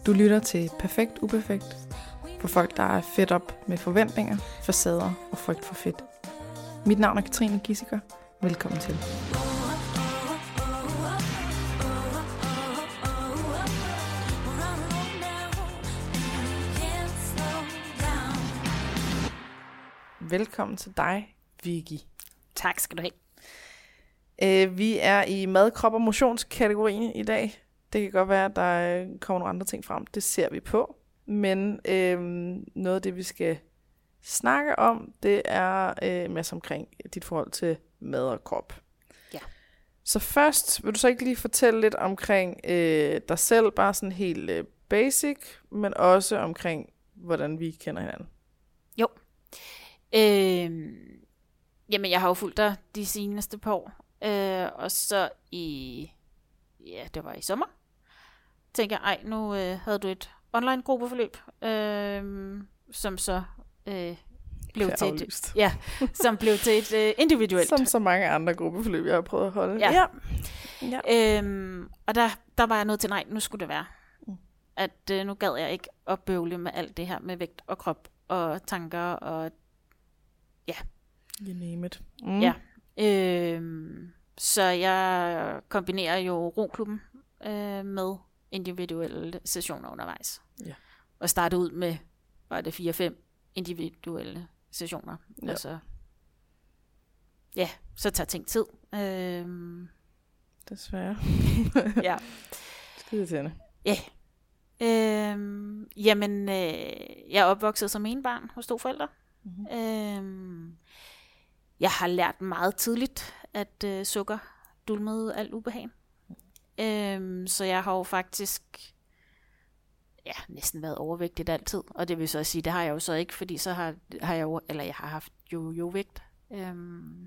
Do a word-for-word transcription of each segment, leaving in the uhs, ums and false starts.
Du lytter til Perfekt Uperfekt for folk, der er fedt op med forventninger, facader og frygt for fedt. Mit navn er Katrine Gissiker. Velkommen til. Velkommen til dig, Vicky. Tak skal du have. Uh, vi er i mad, krop og motionskategorien i dag. Det kan godt være, at der kommer nogle andre ting frem. Det ser vi på. Men øh, noget af det, vi skal snakke om, det er øh, masser omkring dit forhold til mad og krop. Ja. Så først, vil du så ikke lige fortælle lidt omkring øh, dig selv, bare sådan helt øh, basic, men også omkring, hvordan vi kender hinanden? Jo. Øh, jamen, jeg har jo fulgt dig de seneste par år. Øh, og så i, ja, det var i sommer, tænker jeg, ej, nu øh, havde du et online gruppeforløb, øh, som så øh, blev til et, ja, som blev til et øh, individuelt. Som så mange andre gruppeforløb, jeg har prøvet at holde. Ja. ja. ja. Øh, og der, der var jeg nødt til, nej, nu skulle det være. Mm. At øh, nu gad jeg ikke at bøvle med alt det her med vægt og krop og tanker og ja. You name it. Mm. Ja. Øh, så jeg kombinerer jo roklubben øh, med individuelle sessioner undervejs. Ja. Og starte ud med, var det fire fem individuelle sessioner. Ja. Og så, ja, så tager ting tid. Øhm, Desværre. ja. Skide til hende. Ja. Øhm, jamen, øh, jeg er opvokset som ene barn hos to forældre. Mm-hmm. Øhm, jeg har lært meget tidligt, at øh, sukker dulmede alt ubehag. Øhm, så jeg har jo faktisk ja, næsten været overvægtigt altid. Og det vil så sige, det har jeg jo så ikke, fordi så har, har jeg jo, eller jeg har haft jo, jo vægt. Øhm,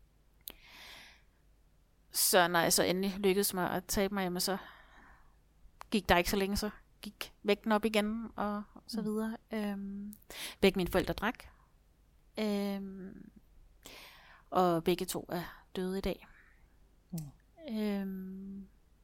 så når jeg så endelig lykkedes mig at tabe mig hjemme, så gik der ikke så længe, så gik vægten op igen, og, og så videre. Øhm, begge mine forældre drak. Øhm, og begge to er døde i dag. Mm. Øhm,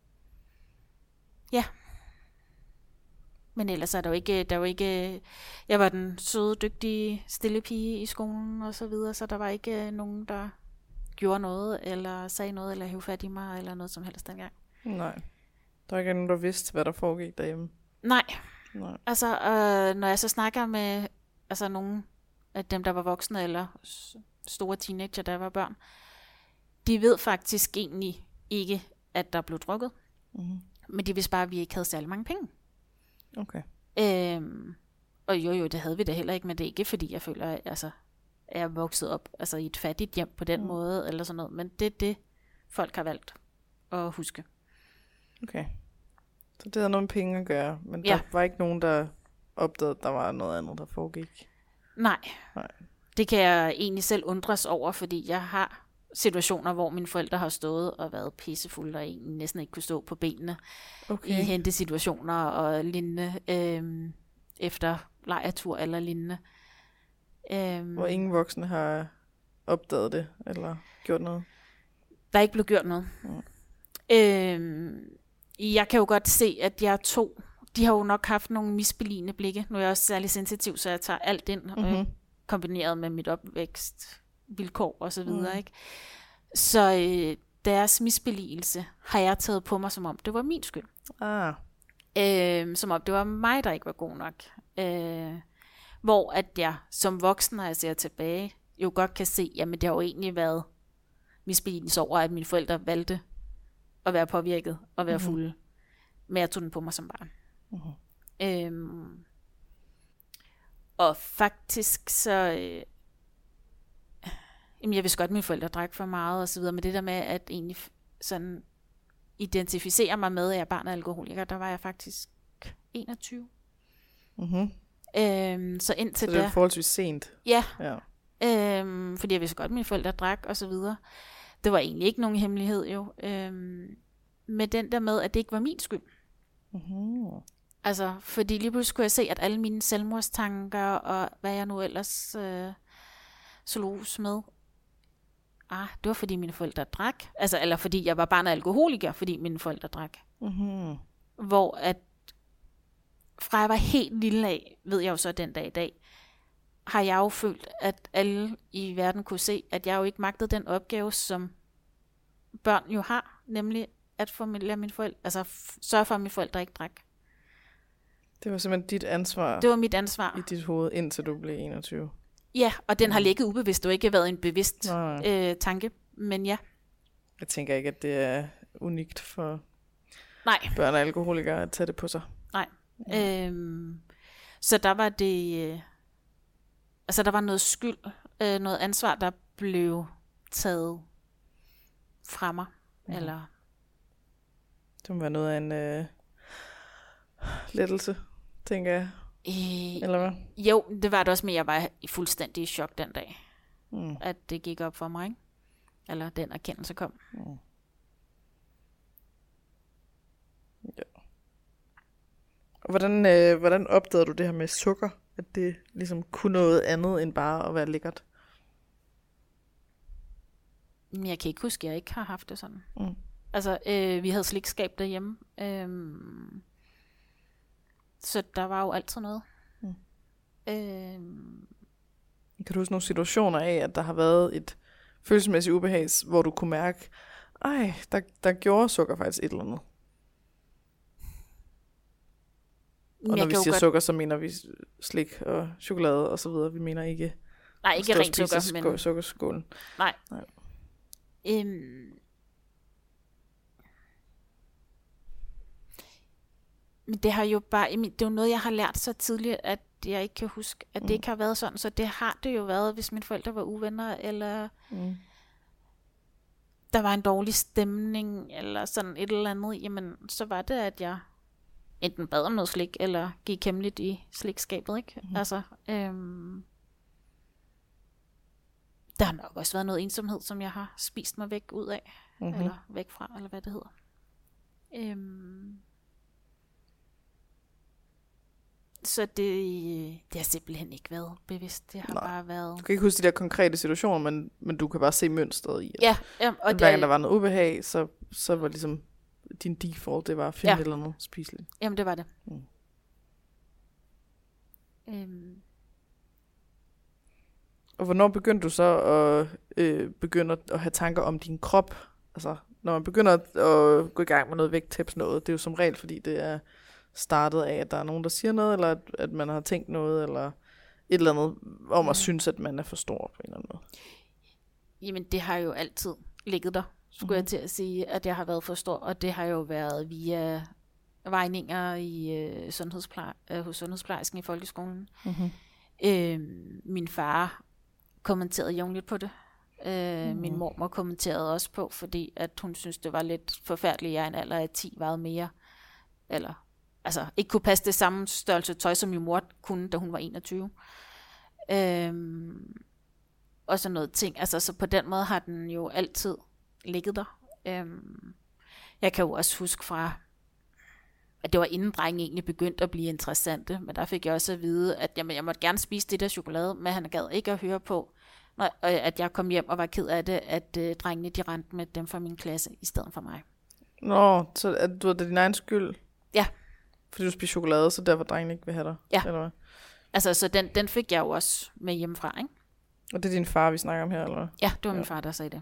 ja. Men ellers er der jo ikke, der var ikke, jeg var den søde, dygtige, stille pige i skolen og så videre, så der var ikke nogen, der gjorde noget, eller sagde noget, eller hævde fat i mig, eller noget som helst dengang. Nej. Der var ikke nogen, der vidste, hvad der foregik derhjemme. Nej. Nej. Altså, øh, når jeg så snakker med altså nogen af dem, der var voksne, eller store teenager, der var børn, de ved faktisk egentlig ikke, at der blev drukket. Mm-hmm. Men de vidste bare, at vi ikke havde særlig mange penge. Okay. Øhm, og jo, jo, det havde vi da heller ikke, men det er ikke, fordi jeg føler, at altså, jeg er vokset op altså, i et fattigt hjem på den mm. måde, eller sådan noget. Men det er det, folk har valgt at huske. Okay. Så det havde noget med penge at gøre, men ja. Der var ikke nogen, der opdagede, at der var noget andet, der foregik? Nej. Nej. Det kan jeg egentlig selv undres over, fordi jeg har situationer, hvor mine forældre har stået og været pissefulde, og egentlig næsten ikke kunne stå på benene okay. i hentesituationer og lignende, øhm, efter lejretur eller lignende. Øhm, hvor ingen voksne har opdaget det, eller gjort noget? Der er ikke blevet gjort noget. Mm. Øhm, jeg kan jo godt se, at jeg to, de har jo nok haft nogle misbeligende blikke. Nu er jeg også særlig sensitiv, så jeg tager alt ind, mm-hmm. øh, kombineret med mit opvækst, vilkår og så videre, mm. ikke? Så øh, deres misbeligelse har jeg taget på mig, som om det var min skyld. Ah. Øh, som om det var mig, der ikke var god nok. Øh, hvor at jeg som voksen, når jeg ser tilbage, jo godt kan se, jamen det har jo egentlig været misbeligelse over, at mine forældre valgte at være påvirket og være fulde. Mm-hmm. Men jeg tog den på mig som barn. Mm-hmm. Øh, og faktisk så... Øh, Jamen, jeg vidste godt, at mine forældre drak for meget og så videre, men det der med at egentlig sådan identificere mig med, at jeg er barn af alkoholiker, der var jeg faktisk enogtyve. Mhm. Øhm, så indtil så det er der, forholdsvis sent. Ja. ja. Øhm, fordi jeg vidste godt, at mine forældre drak og så videre. Det var egentlig ikke nogen hemmelighed jo. Øhm, med den der med, at det ikke var min skyld. Mhm. Altså, fordi lige pludselig kunne jeg se, at alle mine selvmordstanker og hvad jeg nu ellers øh, slås med, ah, det var fordi mine forældre drak. Altså, eller fordi jeg var barn af alkoholiker, fordi mine forældre drak. Mm-hmm. Hvor at fra jeg var helt lille af, ved jeg jo så den dag i dag, har jeg jo følt, at alle i verden kunne se, at jeg jo ikke magtede den opgave, som børn jo har, nemlig at formidle mine forældre, altså f- sørge for, at mine forældre ikke drak. Det var simpelthen dit ansvar. Det var mit ansvar. I dit hoved, indtil du blev enogtyve. Ja, og den har ligget ubevidst. Det har ikke været en bevidst Nej. øh, tanke, men ja. Jeg tænker ikke, at det er unikt for Nej. børn og alkoholikere at tage det på sig. Nej. Ja. Øhm, så der var det, øh, altså der var noget skyld, øh, noget ansvar, der blev taget fra mig. Mm. Eller... Det må være noget af en øh, lettelse, tænker jeg. Øh, Eller hvad? Jo, det var det også, men jeg var i fuldstændig i chok den dag. Mm. At det gik op for mig, ikke? Eller den erkendelse kom. Mm. Ja. Og hvordan, øh, hvordan opdagede du det her med sukker? At det ligesom kunne noget andet end bare at være lækkert? Jeg kan ikke huske, at jeg ikke har haft det sådan. Mm. Altså, øh, vi havde slikskab derhjemme. Øhm, så der var jo altid noget. Mm. Øhm, Kan du huske nogle situationer af, at der har været et følelsesmæssigt ubehag, hvor du kunne mærke, ej, der, der gjorde sukker faktisk et eller andet? Og når vi siger godt... sukker, så mener vi slik og chokolade og så videre. Vi mener ikke... Nej, ikke rent sukker, sko- men... sukkerskålen. Nej. Nej. Øhm... Men det har jo bare... Det er jo noget, jeg har lært så tidligt, at jeg ikke kan huske, at det mm. ikke har været sådan. Så det har det jo været, hvis mine forældre var uvenner, eller... Mm. Der var en dårlig stemning, eller sådan et eller andet. Jamen, så var det, at jeg... enten bad om noget slik, eller gik hemmeligt i slikskabet, ikke? Mm-hmm. Altså, øhm, der har nok også været noget ensomhed, som jeg har spist mig væk ud af, mm-hmm. eller væk fra, eller hvad det hedder. Øhm, så det, det har simpelthen ikke været bevidst. Det har Nej. bare været... Du kan ikke huske de der konkrete situationer, men, men du kan bare se mønstret i, at, ja, ja, og at hver gang der var noget ubehag, så, så var ligesom... din default, det var at finde ja. et eller andet spiseligt. Jamen, det var det. Mm. Øhm. Og hvornår begyndte du så at øh, begynde at have tanker om din krop? Altså, når man begynder at, at gå i gang med noget vægttabs noget, det er jo som regel, fordi det er startet af, at der er nogen, der siger noget, eller at, at man har tænkt noget, eller et eller andet om mm. at synes, at man er for stor på en eller anden måde. Jamen, det har jo altid ligget der. Skulle mm-hmm. jeg til at sige, at jeg har været for stor, og det har jo været via vejninger i øh, sundhedspleje, øh, hos sundhedsplejersken i folkeskolen. Mm-hmm. Øh, min far kommenterede jævnligt på det. Øh, mm-hmm. Min mormor kommenterede også på, fordi at hun synes det var lidt forfærdeligt, at jeg i en alder af ti vejede mere. Eller, altså, ikke kunne passe det samme størrelse tøj, som min mor kunne, da hun var enogtyve. Øh, og sådan noget ting. Altså, så på den måde har den jo altid ligget der. Øhm, jeg kan jo også huske fra, at det var inden drengen egentlig begyndte at blive interessante, men der fik jeg også at vide, at jamen, jeg måtte gerne spise det der chokolade, men han gad ikke at høre på, når, at jeg kom hjem og var ked af det, at øh, drengene de rendte med dem fra min klasse, i stedet for mig. Nå, så at du, det er din egen skyld? Ja. Fordi du spiser chokolade, så derfor drengene ikke vil have dig? Ja. Eller hvad? Altså, så den, den fik jeg jo også med hjemmefra, ikke? Og det er din far, vi snakker om her, eller hvad? Ja, det var min ja. far, der sagde det.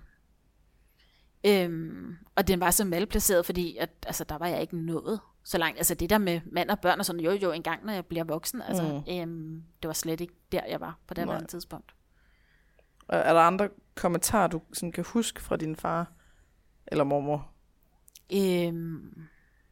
Øhm, og den var så malplaceret, fordi at, altså, der var jeg ikke nået så langt. Altså det der med mand og børn og sådan, jo jo en gang, når jeg bliver voksen, altså mm. øhm, det var slet ikke der, jeg var på det andet tidspunkt. Og er der andre kommentarer, du sådan kan huske fra din far eller mormor? Øhm,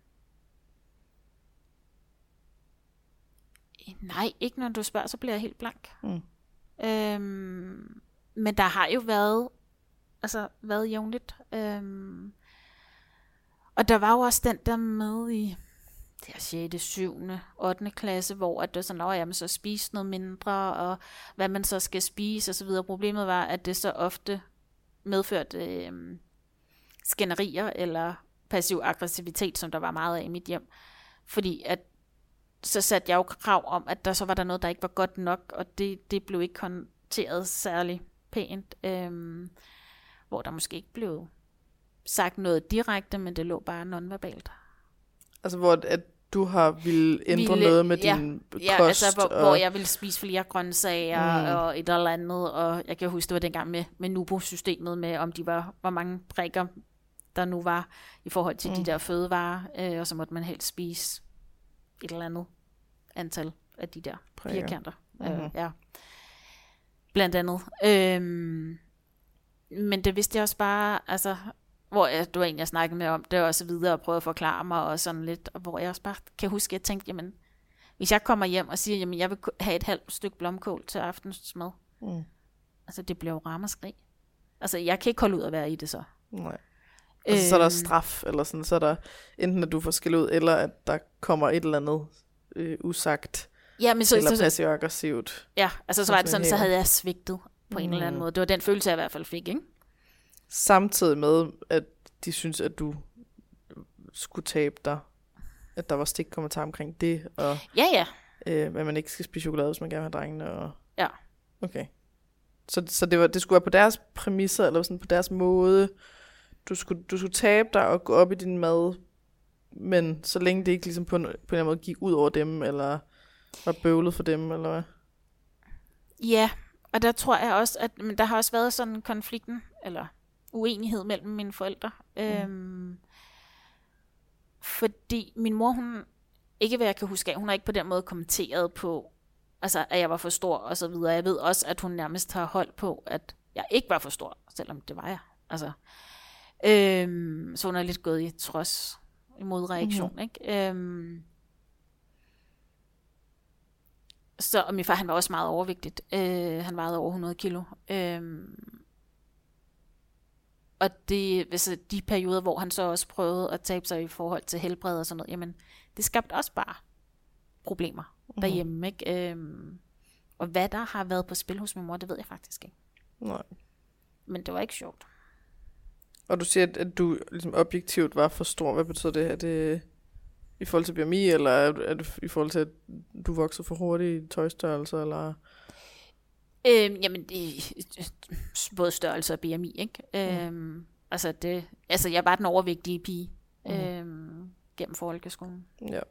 nej, ikke når du spørger, så bliver jeg helt blank. Mm. Øhm, men der har jo været altså været jævnligt. Øhm, og der var jo også den der med i det her sjette, syvende, ottende klasse, hvor at det sådan, at jamen, så spise noget mindre, og hvad man så skal spise og så videre. Problemet var, at det så ofte medførte øhm, skænderier eller passiv aggressivitet, som der var meget af i mit hjem. Fordi at så satte jeg jo krav om, at der så var der noget, der ikke var godt nok, og det, det blev ikke håndteret særlig pænt. Øhm, hvor der måske ikke blev sagt noget direkte, men det lå bare nonverbalt. Altså hvor at du har ville ændre ville, noget med ja, din ja, kost. altså, hvor, og... hvor jeg ville spise flere grøntsager Mm. og et eller andet, og jeg kan huske, det var dengang med, med Nubo-systemet, med om de var, hvor mange prikker der nu var i forhold til mm. de der fødevarer, øh, og så måtte man helst spise et eller andet antal af de der Prikker. firkanter. Mhm. Øh, ja. Blandt andet. Øhm, men det vidste jeg også bare, altså, hvor jeg, det var en, jeg snakkede med om det, og så videre, og prøvede at forklare mig, og sådan lidt, og hvor jeg også bare kan huske, at jeg tænkte, jamen, hvis jeg kommer hjem og siger, jamen, jeg vil have et halvt stykke blomkål til aftensmad, Mm. altså, det bliver jo ramaskrig. Altså, jeg kan ikke holde ud at være i det så. Nej. Altså, så er der Øhm, straf, eller sådan, så er der enten, at du får skæld ud, eller at der kommer et eller andet øh, usagt, Ja, men så, eller så, så, passiv-aggressivt. ja, altså, så som var det sådan, så her. havde jeg svigtet på en eller anden Mm. måde. Det var den følelse, jeg i hvert fald fik, ikke? Samtidig med, at de synes, at du skulle tabe dig. At der var stikkommentar omkring det, og Ja, ja. øh, at man ikke skal spise chokolade, hvis man gerne vil have drengene. Og... Ja. Okay. Så, så det, var, det skulle være på deres præmisser, eller sådan på deres måde. Du skulle, du skulle tabe dig og gå op i din mad, men så længe det ikke ligesom på en, på en eller anden måde gik ud over dem, eller var bøvlet for dem, eller hvad? Ja, og der tror jeg også, at men der har også været sådan konflikten, eller uenighed mellem mine forældre. Mm. Øhm, fordi min mor, hun, ikke hvad jeg kan huske af, hun har ikke på den måde kommenteret på, altså at jeg var for stor og så videre. Jeg ved også, at hun nærmest har holdt på, at jeg ikke var for stor, selvom det var jeg. Altså, øhm, så hun er lidt gået i trods, i modreaktion, mm-hmm. ikke? Øhm, Så, og min far, han var også meget overvægtigt. Øh, han vejede over hundrede kilo. Øh, og det, altså, de perioder, hvor han så også prøvede at tabe sig i forhold til helbred og sådan noget, jamen, det skabte også bare problemer mm. derhjemme, ikke? Øh, og hvad der har været på spil hos min mor, det ved jeg faktisk ikke. Nej. Men det var ikke sjovt. Og du siger, at, at du ligesom objektivt var for stor. Hvad betyder det? Er det i forhold til B M I, eller er det, er det i forhold til, at du voksede for hurtigt i tøjstørrelse, eller? Øhm, jamen, det, både størrelse og B M I, ikke? Mm. Øhm, altså, det, altså, jeg var den overvægtige pige mm. øhm, gennem folkeskolen. Ja.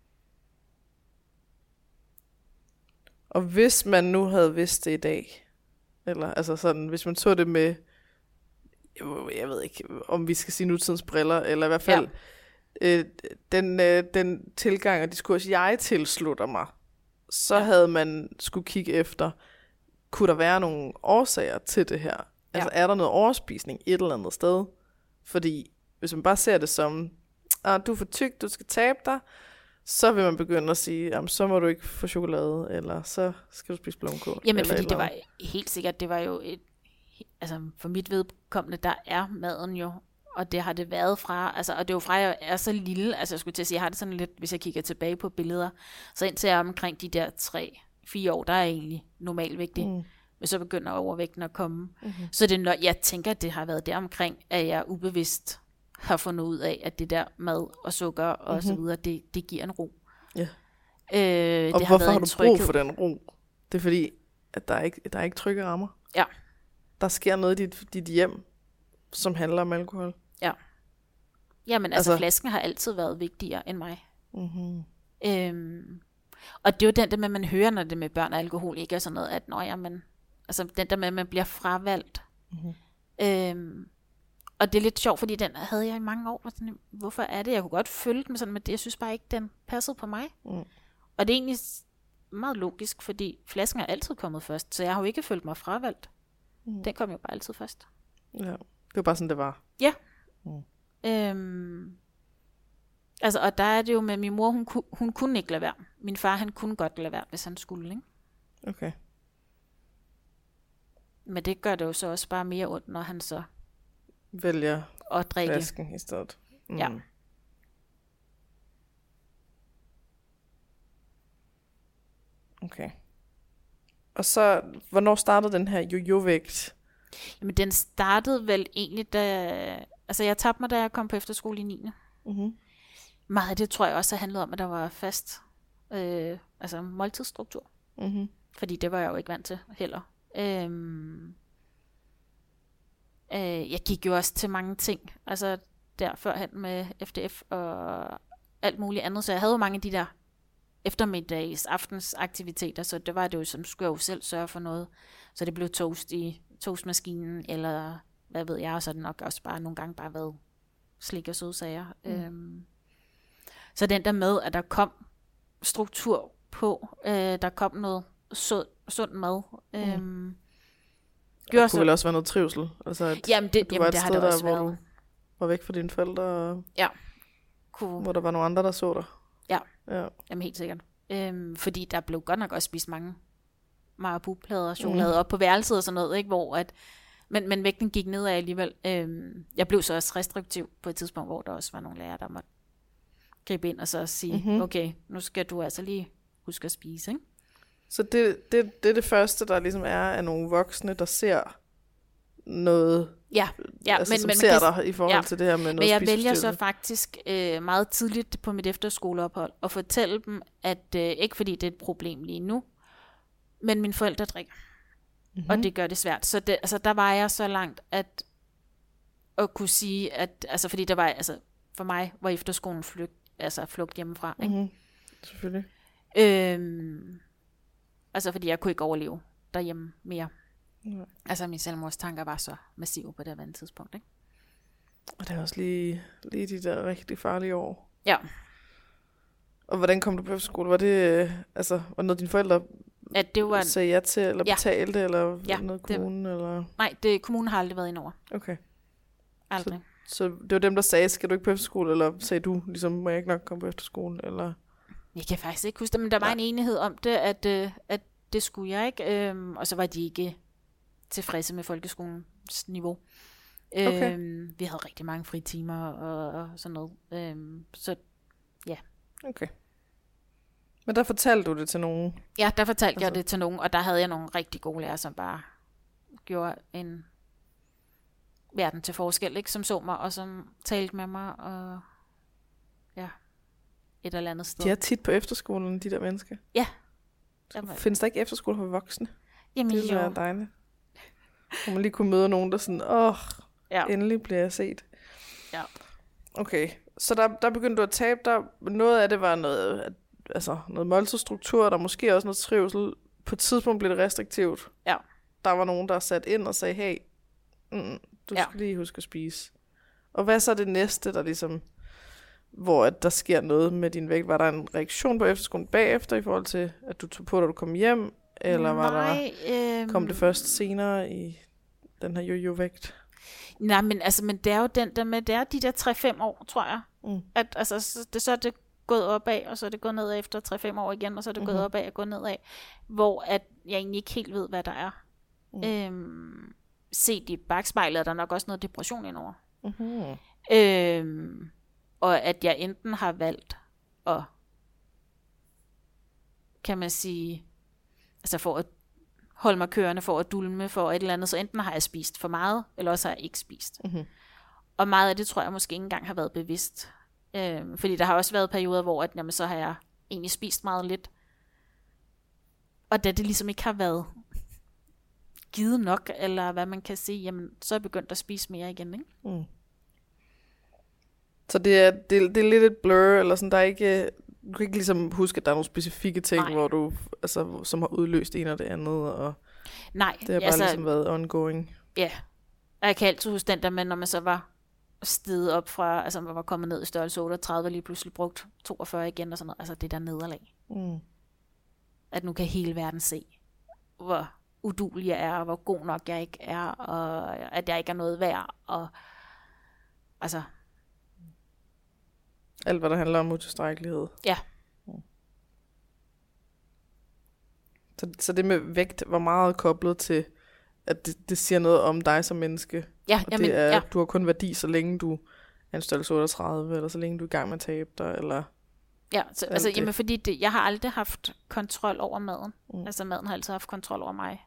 Og hvis man nu havde vidst det i dag, eller altså sådan, hvis man så det med, jeg ved ikke, om vi skal sige nutidens briller, eller i hvert fald, ja. Øh, den, øh, den tilgang og diskurs, jeg tilslutter mig, så ja. havde man skulle kigge efter, kunne der være nogle årsager til det her? Altså ja. Er der noget overspisning et eller andet sted? Fordi hvis man bare ser det som, ah, du er for tyk, du skal tabe dig, så vil man begynde at sige, jamen, så må du ikke få chokolade, eller så skal du spise blomkål. Jamen fordi det var helt sikkert, det var jo et, altså for mit vedkommende, der er maden jo, og det har det været fra, altså, og det er jo fra, at jeg er så lille, altså jeg skulle til at sige, jeg har det sådan lidt, hvis jeg kigger tilbage på billeder, så indtil jeg er omkring de der tre, fire år, der er jeg egentlig normalvægtig, mm. men så begynder overvægten at komme. Mm-hmm. Så det er, når jeg tænker, at det har været der omkring, at jeg ubevidst har fundet ud af, at det der mad og sukker og mm-hmm. så videre, det, det giver en ro. Ja. Øh, og det hvorfor har, har du brug for den ro? Det er fordi, at der er ikke, der er ikke trygge rammer. Ja. Der sker noget i dit, dit hjem, som handler om alkohol. Ja. Jamen altså, altså flasken har altid været vigtigere end mig. Mm-hmm. Øhm, og det er jo den der med, at man hører, når det med børn og alkohol ikke er sådan noget, at nå ja, men, altså den der med, at man bliver fravalgt. Mm-hmm. Øhm, og det er lidt sjovt, fordi den havde jeg i mange år. Sådan, hvorfor er det? Jeg kunne godt følge den sådan, men det, jeg synes bare ikke, den passede på mig. Mm. Og det er egentlig meget logisk, fordi flasken er altid kommet først, så jeg har jo ikke følt mig fravalgt. Mm. Den kom jo bare altid først. Ja, det var bare sådan, det var. Ja. Mm. Øhm, altså, og der er det jo med min mor, hun, ku, hun kunne ikke lade være. Min far, han kunne godt lade være, hvis han skulle, ikke? Okay. Men det gør det jo så også bare mere ondt, når han så vælger at drikke flasken i stedet. Mm. Ja. Okay. Og så, hvornår startede den her jojo-vægt? Jamen, den startede vel egentlig, da... Altså, jeg tabte mig, da jeg kom på efterskole i niende Mm-hmm. Meget af det tror jeg også handlede om, at der var fast øh, altså måltidsstruktur. Mm-hmm. Fordi det var jeg jo ikke vant til heller. Øhm, øh, jeg gik jo også til mange ting. Altså, der førhen med F D F og alt muligt andet, så jeg havde jo mange af de der eftermiddags, aftensaktiviteter, så det var det jo, som skulle jeg jo selv sørge for noget. Så det blev toast i toastmaskinen, eller hvad ved jeg, og så er det nok også bare nogle gange bare været slik og sødsager. Mm. Øhm, så den der med, at der kom struktur på, øh, der kom noget sund, sund mad. Mm. Øhm, det kunne så, vel også være noget trivsel? Altså at, jamen det, at du jamen var et det sted har det også der, været. Hvor du var væk fra dine forældre, og ja. Cool. Hvor der var nogle andre, der så dig. Ja, ja. Jamen helt sikkert. Øhm, fordi der blev godt nok også spist mange Marabu-plader og chokolade mm. op på værelset og sådan noget, ikke? Hvor at, men, men vægten gik nedad alligevel. Øhm, jeg blev så også restriktiv på et tidspunkt, hvor der også var nogle lærere, der måtte gribe ind og så sige, mm-hmm. okay, nu skal du altså lige huske at spise, ikke? Så det, det, det er det første, der ligesom er af nogle voksne, der ser noget, ja, ja, altså, men, som men, ser kan, dig i forhold ja, til det her med noget men jeg vælger så spiseforstyrrelse. faktisk øh, meget tidligt på mit efterskoleophold at fortælle dem, at øh, ikke fordi det er et problem lige nu, men mine forældre drikker. Mm-hmm. Og det gør det svært. Så det, altså, der var jeg så langt, at at kunne sige, at altså, fordi der var, altså, for mig var efterskolen flygt, altså flugt hjemmefra. Ikke? Mm-hmm. Selvfølgelig. Øhm, altså fordi jeg kunne ikke overleve derhjemme mere. Mm. Altså mine selvmordstanker var så massive på det her tidspunkt. Ikke? Og det er også lige, lige de der rigtig farlige år. Ja. Og hvordan kom du på efterskole? Var det, altså, var noget dine forældre at det var, sagde ja til, eller ja. betalte, eller ja, noget kommunen? Det, eller? Nej, det, kommunen har aldrig været ind over. Okay. Aldrig. Så, så det var dem, der sagde, skal du ikke på efterskole, eller sagde du, ligesom, må jeg ikke nok komme på efterskole, eller? Jeg kan faktisk ikke huske det, men der var ja. en enighed om det, at, øh, at det skulle jeg ikke, øhm, og så var de ikke tilfredse med folkeskolens niveau. Okay. Øhm, vi havde rigtig mange fritimer og, og sådan noget. Øhm, så ja. Okay. Men der fortalte du det til nogen? Ja, der fortalte altså. jeg Altså. det til nogen, og der havde jeg nogle rigtig gode lærere, som bare gjorde en verden til forskel, ikke? Som så mig, og som talte med mig, og ja, et eller andet sted. De er tit på efterskolen, de der mennesker? Ja. Jamen. Findes der ikke efterskole for voksne? Jamen det ville jo. være dejligt. Hvor man lige kunne møde nogen, der sådan, åh, ja. endelig bliver jeg set. Ja. Okay, så der, der begyndte du at tabe dig. Noget af det var noget, altså noget måltidsstruktur, der måske også noget trivsel. På et tidspunkt blev det restriktivt. Ja. Der var nogen, der satte ind og sagde, hey, mm, du ja. skal lige huske at spise. Og hvad så er det næste, der ligesom, hvor at der sker noget med din vægt? Var der en reaktion på efterskolen bagefter, i forhold til, at du tog på, da du kom hjem? Eller var Nej, der, øhm... kom det først senere i den her jojo-vægt? Nej, men altså, men det er jo den der med, det er de der tre fem år, tror jeg. Mm. At altså, så, det, så er det gået opad, og så er det gået nedad efter tre fem år igen, og så er det mm-hmm. gået opad og gået nedad. Hvor at jeg egentlig ikke helt ved, hvad der er. Mm. Øhm, set i bagspejlet er der nok også noget depression indover. Mm-hmm. Øhm, og at jeg enten har valgt at, kan man sige, altså for at holde mig kørende, for at dulme, for et eller andet, så enten har jeg spist for meget, eller også har jeg ikke spist. Mm-hmm. Og meget af det tror jeg måske ikke engang har været bevidst. Øhm, fordi der har også været perioder, hvor at, jamen, så har jeg egentlig spist meget lidt. Og da det ligesom ikke har været givet nok, eller hvad man kan sige, jamen, så er jeg begyndt at spise mere igen, ikke? Mm. Så det er, det, det er lidt et blur, eller sådan, der er ikke, du kan ikke ligesom huske, at der er nogle specifikke ting, Nej. hvor du, altså, som har udløst en og det andet, og Nej, det har bare altså, ligesom været ongoing. Ja, og jeg kan altid huske den der med, når man så var steget op fra, altså man var kommet ned i størrelse otteogtredive, og lige pludselig brugt toogfyrre igen, og sådan noget, altså det der nederlag. Mm. At nu kan hele verden se, hvor uduelig jeg er, og hvor god nok jeg ikke er, og at jeg ikke er noget værd, og altså... Alt, hvad der handler om utilstrækkelighed. Ja. Mm. Så, så det med vægt var meget koblet til, at det, det siger noget om dig som menneske. Ja, og jamen, det er, ja. Du har kun værdi, så længe du er en størrelse otteogtredive, eller så længe du er i gang med at tabe dig, eller... Ja, så, altså, jamen, fordi det, jeg har aldrig haft kontrol over maden. Mm. Altså, maden har altid haft kontrol over mig.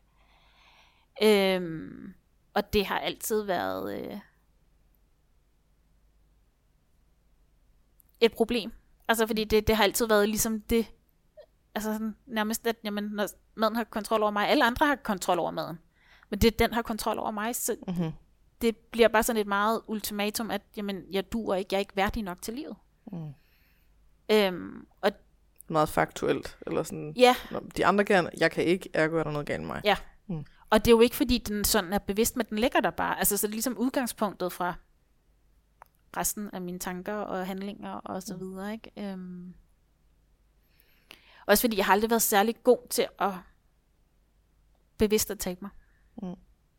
Øhm, og det har altid været øh, et problem. Altså, fordi det, det har altid været ligesom det, altså sådan, nærmest, at jamen, når maden har kontrol over mig, alle andre har kontrol over maden. Men det, den har kontrol over mig, så mm-hmm. det bliver bare sådan et meget ultimatum, at jamen, jeg duer ikke, jeg er ikke værdig nok til livet. Mm. Øhm, og meget faktuelt, eller sådan, ja. De andre kan, jeg kan ikke, ergo er der noget galt med mig. Ja, mm. Og det er jo ikke, fordi den sådan er bevidst, men den ligger der bare. Altså, så det er ligesom udgangspunktet fra resten af mine tanker og handlinger og så videre, ikke? Øhm. Også fordi jeg har aldrig været særlig god til at bevidst at tabe mig. Mm.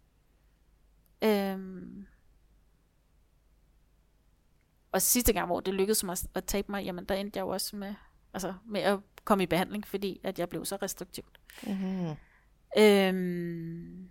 Øhm. Og sidste gang, hvor det lykkedes mig at tabe mig, jamen der endte jeg jo også med, altså, med at komme i behandling, fordi at jeg blev så restriktivt. Mm-hmm. Øhm.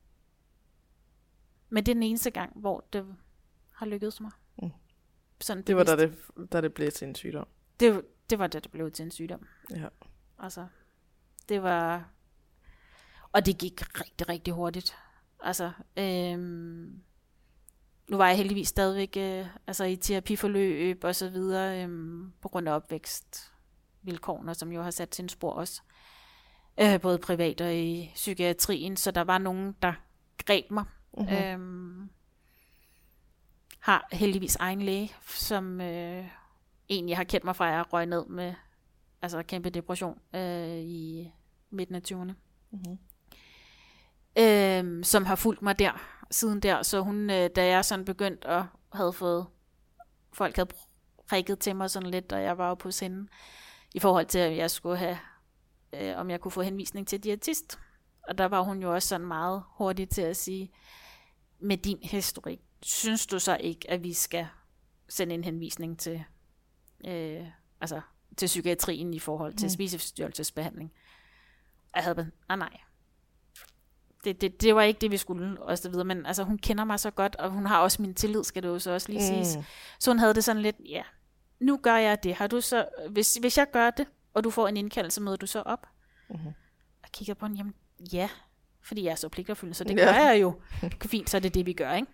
Men det er den eneste gang, hvor det har lykkedes mig. Mm. Sådan det var da det, da det blev til en sygdom. Det, det var da det blev til en sygdom. Ja. Altså, det var... Og det gik rigtig, rigtig hurtigt. Altså, øhm, nu var jeg heldigvis stadigvæk øh, altså i terapiforløb og så videre, øhm, på grund af opvækstvilkårene, som jo har sat sin spor også. Øh, både privat og i psykiatrien, så der var nogen, der greb mig. Uh-huh. Øhm, har heldigvis egen læge, som øh, egentlig har kendt mig fra, at jeg røg ned med altså kæmpe depression øh, i midten af tyverne. Uh-huh. Øhm, som har fulgt mig der siden der, så hun, øh, da jeg sådan begyndte at havde fået, folk havde prikket til mig sådan lidt, og jeg var jo på hende, i forhold til, at jeg skulle have, øh, om jeg kunne få henvisning til diætist. Og der var hun jo også sådan meget hurtig til at sige, med din historik, synes du så ikke, at vi skal sende en henvisning til, øh, altså til psykiatrien i forhold til mm. spiseforstyrrelsesbehandling? Jeg havde bare, ah, nej. Det, det, det var ikke det, vi skulle, og så videre. Men altså, hun kender mig så godt, og hun har også min tillid, skal det jo så også lige mm. siges. Så hun havde det sådan lidt, ja, nu gør jeg det. Har du så, hvis, hvis jeg gør det, og du får en indkaldelse, møder du så op? Mm-hmm. Jeg kigger på den, jamen ja, fordi jeg er så pligtopfyldende, så det ja. gør jeg jo. Fint, så er det det, vi gør, ikke?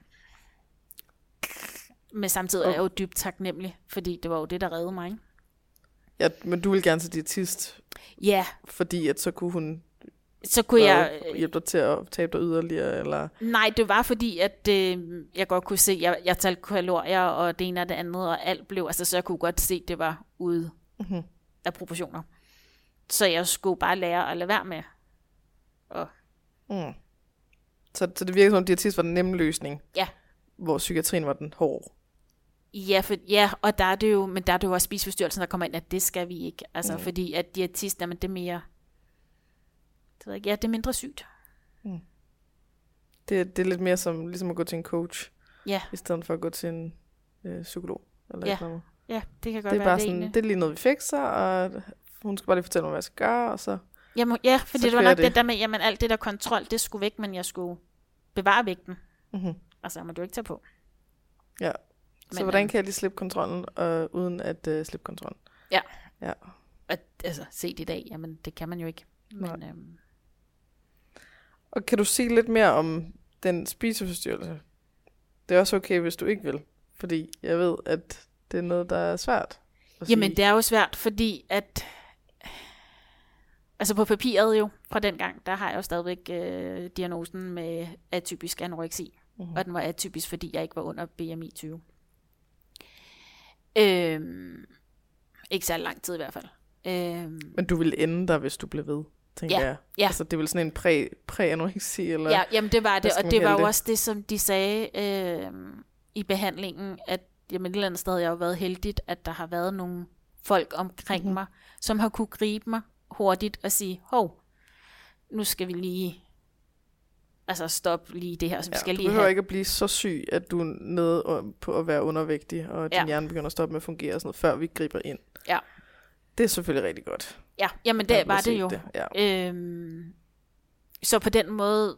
Men samtidig er jeg jo dybt taknemmelig, fordi det var jo det, der reddede mig, ikke? Ja, men du vil gerne til diætist. Ja. Fordi at så kunne hun så kunne jeg hjælpe dig til at tabe dig yderligere, eller? Nej, det var fordi, at øh, jeg godt kunne se, jeg, jeg talte kalorier, og det ene og det andet, og alt blev, altså så jeg kunne godt se, at det var ude mm-hmm. af proportioner. Så jeg skulle bare lære at lade være med. Og mm. så, så det virker som om diætist var den nemme løsning? Ja. Hvor psykiatrien var den hårde? Ja, for, ja, og der er det jo, men der er det jo også spiseforstyrrelsen, der kommer ind, at det skal vi ikke. Altså, mm. fordi at diætist, jamen det er mere, det ved jeg ikke, ja, det er mindre sygt. Mm. Det, det er lidt mere som, ligesom at gå til en coach, ja. I stedet for at gå til en øh, psykolog. Eller ja. et eller andet. Ja, det kan godt det er være bare det sådan, det er lige noget, vi fikser, og hun skal bare lige fortælle mig, hvad jeg skal gøre, og så jamen, ja, fordi det var nok det. det der med, jamen alt det der kontrol, det skulle væk, men jeg skulle bevare vægten. Mm-hmm. Altså, jeg må du ikke tage på. Ja. Så men, hvordan kan jeg lige slippe kontrollen, øh, uden at øh, slippe kontrollen? Ja. Ja. Og, altså, set i dag, jamen det kan man jo ikke. Men, øhm. Og kan du sige lidt mere om den spiseforstyrrelse? Det er også okay, hvis du ikke vil. Fordi jeg ved, at det er noget, der er svært at jamen, sige. Det er jo svært, fordi at altså på papiret jo, fra den gang, der har jeg jo stadigvæk øh, diagnosen med atypisk anoreksi. Mm-hmm. Og den var atypisk, fordi jeg ikke var under B M I tyve. Øhm, ikke så lang tid i hvert fald. Øhm, Men du ville ende der, hvis du blev ved, tænker ja, jeg. Ja. Altså det er vel sådan en præ, præ-anoreksi, eller? Ja, jamen det var det, og det var jo det? også det, som de sagde øh, i behandlingen, at jamen et eller andet sted har jeg jo været heldigt, at der har været nogle folk omkring mm-hmm. mig, som har kunne gribe mig hurtigt og sige, hov, nu skal vi lige altså stoppe lige det her, så vi ja, skal lige have. Du behøver have... ikke at blive så syg, at du er nede på at være undervægtig, og din ja. hjerne begynder at stoppe med at fungere, og sådan noget, før vi griber ind. Ja. Det er selvfølgelig rigtig godt. Ja, jamen det var det jo. Det. Ja. Øhm, så på den måde,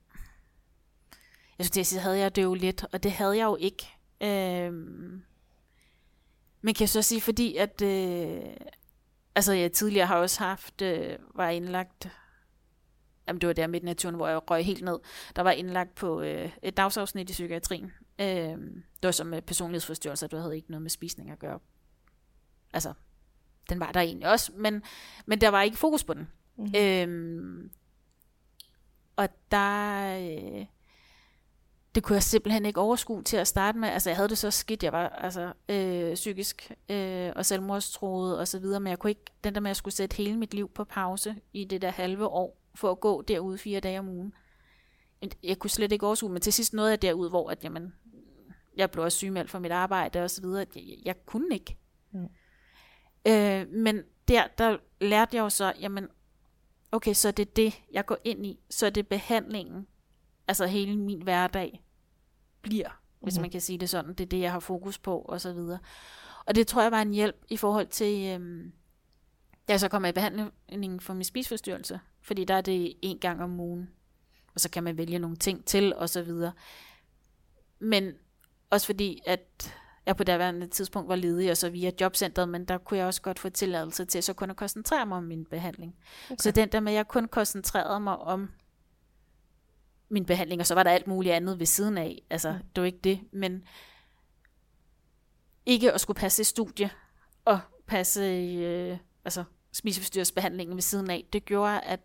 jeg synes, det havde jeg det jo lidt, og det havde jeg jo ikke. Øhm, men kan jeg så sige, fordi at, øh, altså jeg tidligere har også haft, øh, var indlagt, jamen det var der midten af turen, hvor jeg røg helt ned, der var indlagt på øh, et dagsafsnit i psykiatrien. Øhm, det var som med personlighedsforstyrrelser, du havde ikke noget med spisning at gøre. Altså, den var der egentlig også, men, men der var ikke fokus på den. Mm-hmm. Øhm, og der, øh, det kunne jeg simpelthen ikke overskue til at starte med. Altså, jeg havde det så skidt, jeg var altså, øh, psykisk øh, og selvmordstruet og så videre, men jeg kunne ikke, den der med, at jeg skulle sætte hele mit liv på pause i det der halve år, for at gå derude fire dage om ugen. Jeg kunne slet ikke overskue, men til sidst nåede jeg derud, hvor at, jamen, jeg blev også sygemeldt for mit arbejde og så videre. Jeg, jeg kunne ikke. Mm. Øh, men der, der lærte jeg jo så, jamen, okay, så det er det, jeg går ind i. Så er det behandlingen, altså hele min hverdag bliver, mm-hmm. hvis man kan sige det sådan. Det er det, jeg har fokus på og så videre. Og det tror jeg var en hjælp i forhold til, øhm, da jeg så kommer i behandling for min spiseforstyrrelse. Fordi der er det en gang om ugen. Og så kan man vælge nogle ting til og så videre. Men også fordi, at jeg på daværende tidspunkt var ledig, og så via jobcentret, men der kunne jeg også godt få tilladelse til, så kunne jeg koncentrere mig om min behandling. Okay. Så den der med, at jeg kun koncentrerede mig om min behandling, og så var der alt muligt andet ved siden af. Altså, mm. det var ikke det, men ikke at skulle passe et studie, og passe øh, altså, spiseforstyrrelsesbehandlingen ved siden af, det gjorde, at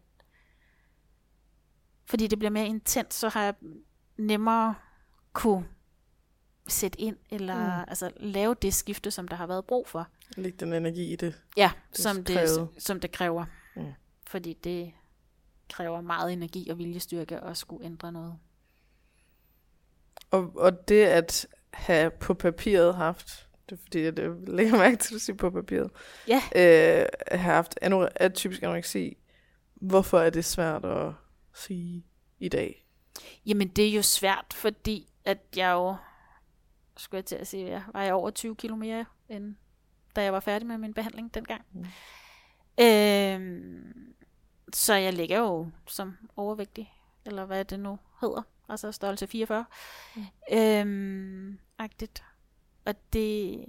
fordi det bliver mere intens, så har jeg nemmere kunne sætte ind, eller mm. altså, lave det skifte, som der har været brug for. Læg den energi i det. Ja, det som, det, som, som det kræver. Mm. Fordi det kræver meget energi og viljestyrke at skulle ændre noget. Og, og det at have på papiret haft, det er fordi, at det lægger mærke til at sige på papiret, ja. øh, have haft anore- atypisk anoreksi, hvorfor er det svært at sige i dag? Jamen det er jo svært, fordi at jeg jo, skulle jeg til at sige, jeg var jeg over tyve kilo mere, end da jeg var færdig med min behandling dengang. Mm. Øhm, så jeg ligger jo som overvægtig, eller hvad det nu hedder, altså størrelse fireogfyrre. Mm. Øhm, agtigt. Og det,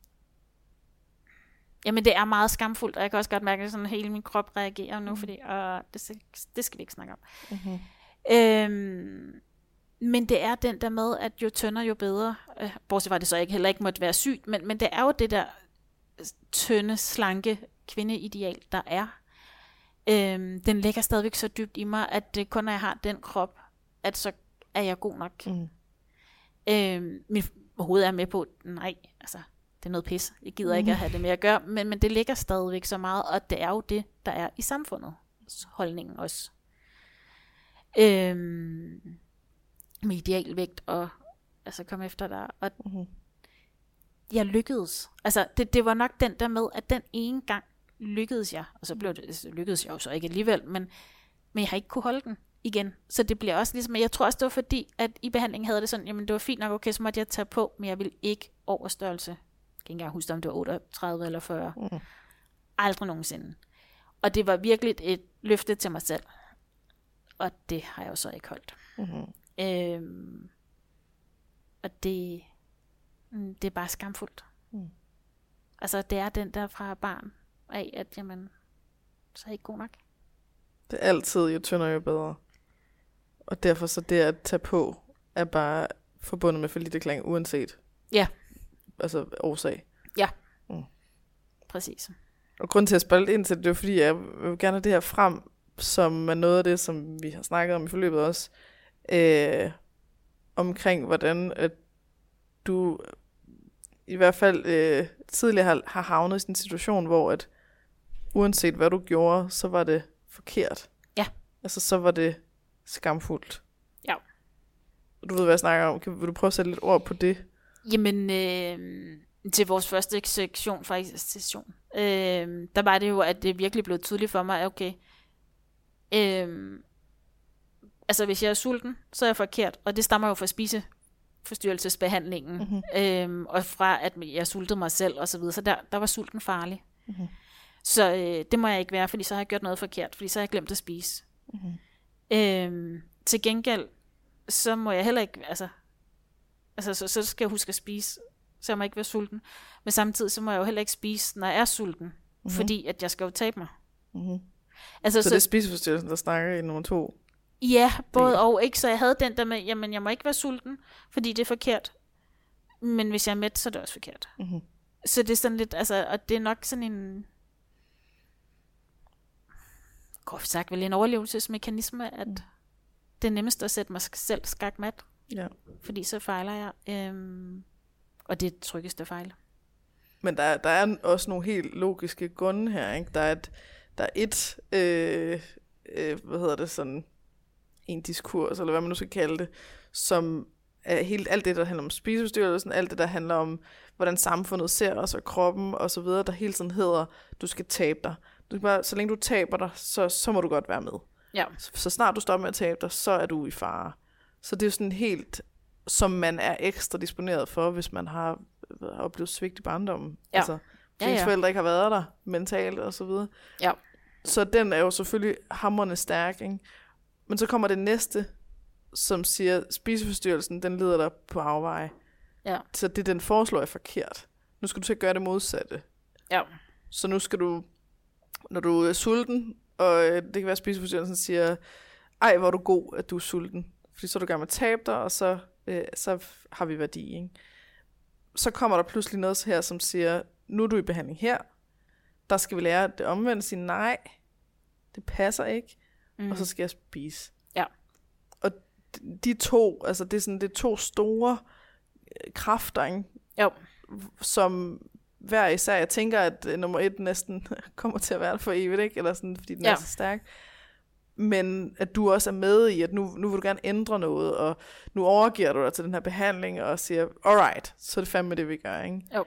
jamen det er meget skamfuldt, og jeg kan også godt mærke, at sådan hele min krop reagerer nu, mm. fordi og det, det skal vi ikke snakke om. Mm-hmm. Øhm, men det er den der med, at jo tyndere, jo bedre. Øh, bortset fra, det så ikke heller ikke måtte være sygt, men, men det er jo det der tynde, slanke kvindeideal, der er. Øhm, den ligger stadigvæk så dybt i mig, at det kun når jeg har den krop, at så er jeg god nok. Mm. Øhm, min hoved er med på, nej, altså, det er noget pis. Jeg gider mm. ikke at have det med at gøre, men, men det ligger stadigvæk så meget, og det er jo det, der er i samfundet. Holdningen også. Øhm, med idealvægt og altså komme efter dig. Og mm. jeg lykkedes. Altså, det, det var nok den der med, at den ene gang lykkedes jeg, og så blev det, så lykkedes jeg jo så ikke alligevel, men, men jeg har ikke kunne holde den igen. Så det bliver også ligesom, jeg tror også, det var fordi, at i behandlingen havde det sådan, jamen det var fint nok, okay, så måtte jeg tage på, men jeg ville ikke over størrelse. Jeg kan ikke engang huske, om det var otteogtredive eller fyrre. Mm. Aldrig nogensinde. Og det var virkelig et løfte til mig selv. Og det har jeg jo så ikke holdt. Mm-hmm. Øhm, og det, det er bare skamfuldt. Mm. Altså, det er den der fra barn af, at jamen, så er jeg ikke god nok. Det er altid, jo tyndere, jo bedre. Og derfor så det at tage på, er bare forbundet med for lidt klang, uanset. Ja. Altså årsag. Ja. Mm. Præcis. Og grunden til at spørge ind til det, det er fordi, jeg vil gerne have det her frem, som er noget af det, som vi har snakket om i forløbet også, øh, omkring hvordan at du i hvert fald øh, tidligere har, har havnet i sådan en situation, hvor at uanset hvad du gjorde, så var det forkert. Ja. Altså så var det skamfuldt. Ja. Du ved, hvad jeg snakker om. Kan, vil du prøve at sætte lidt ord på det? Jamen, øh, til vores første sektion fra session, øh, der var det jo, at det virkelig blev tydeligt for mig, at okay, øh, altså hvis jeg er sulten, så er jeg forkert, og det stammer jo fra spiseforstyrrelsesbehandlingen, mm-hmm. øh, og fra at jeg sultede mig selv og så videre, så der, der var sulten farlig. Mm-hmm. Så øh, det må jeg ikke være, fordi så har jeg gjort noget forkert, fordi så har jeg glemt at spise. Mm-hmm. Øh, til gengæld, så må jeg heller ikke, altså, altså så, så skal jeg huske at spise, så jeg må ikke være sulten. Men samtidig, så må jeg jo heller ikke spise, når jeg er sulten, mm-hmm. fordi at jeg skal jo tabe mig. Mm-hmm. Altså, så, så det er spiseforstyrrelsen, der snakker i nummer to? Ja, både og, ikke? Så jeg havde den der med, jamen jeg må ikke være sulten, fordi det er forkert. Men hvis jeg er mæt, så er det også forkert. Mm-hmm. Så det er sådan lidt, altså, og det er nok sådan en, groft sagt vel en overlevelsesmekanisme, at mm. det er nemmest at sætte mig selv skakmat Ja. Fordi så fejler jeg. Øhm, og det er tryggeste fejl. Men der, der er også nogle helt logiske grunde her, ikke? Der er et, der er et øh, øh, hvad hedder det, sådan en diskurs, eller hvad man nu skal kalde det, som er helt alt det, der handler om spiseforstyrrelsen, alt det, der handler om, hvordan samfundet ser os og kroppen og så videre, der hele tiden hedder, du skal tabe dig. Du skal bare, så længe du taber dig, så, så må du godt være med. Ja. Så, så snart du stopper med at tabe dig, så er du i fare. Så det er jo sådan helt, som man er ekstra disponeret for, hvis man har, har oplevet svigt i barndommen. Ja. Altså, fordi ja, ja. forældre ikke har været der mentalt og så videre. Ja. Så den er jo selvfølgelig hamrende stærk, ikke? Men så kommer det næste, som siger, spiseforstyrrelsen, den leder dig på afveje. Ja. Så det, den foreslår, er forkert. Nu skal du til at gøre det modsatte. Ja. Så nu skal du, når du er sulten, og det kan være, at spiseforstyrrelsen siger, ej, hvor er du god, at du er sulten. Fordi så er du i gang med at tabe dig, og så, øh, så har vi værdi, ikke? Så kommer der pludselig noget her, som siger, nu er du i behandling her. Der skal vi lære det omvendte, sige nej, det passer ikke, mm. og så skal jeg spise. Ja. Og de to, altså det er sådan, det er to store kræfter, ikke? Jo. Som hver især, jeg tænker, at nummer et næsten kommer til at være for evigt, ikke? Eller sådan, fordi den ja. er så stærk. Men at du også er med i, at nu, nu vil du gerne ændre noget, og nu overgiver du dig til den her behandling, og siger, alright, så er det fandme det, vi gør, ikke? Jo.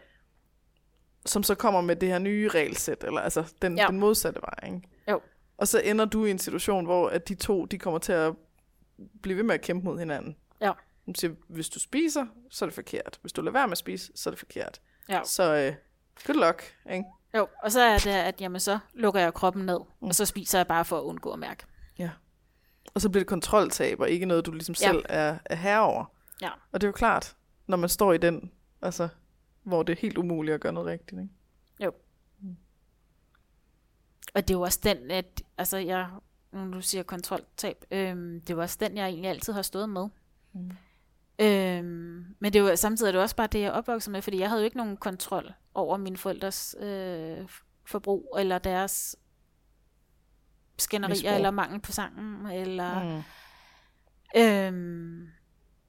Som så kommer med det her nye regelsæt, eller altså den, ja. den modsatte vej, ikke? Jo. Og så ender du i en situation, hvor at de to, de kommer til at blive ved med at kæmpe mod hinanden. Ja. De siger, hvis du spiser, så er det forkert. Hvis du lader være med at spise, så er det forkert. Ja. Så øh, good luck, ikke? Jo, og så er det, at jamen, så lukker jeg kroppen ned, mm. og så spiser jeg bare for at undgå at mærke. Ja. Og så bliver det kontroltab, og ikke noget, du ligesom ja. selv er, er herre over. Ja. Og det er jo klart, når man står i den, altså, hvor det er helt umuligt at gøre noget rigtigt, ikke? Jo. Mm. Og det er jo også den, at, altså jeg, når du siger kontroltab, øhm, det er jo også den, jeg egentlig altid har stået med. Mm. Øhm, men det er jo, samtidig er det også bare det, jeg er opvokset med, fordi jeg havde jo ikke nogen kontrol over mine forældres øh, forbrug, eller deres skænderier, Misbrug. Eller mangel på sangen, eller mm. øhm,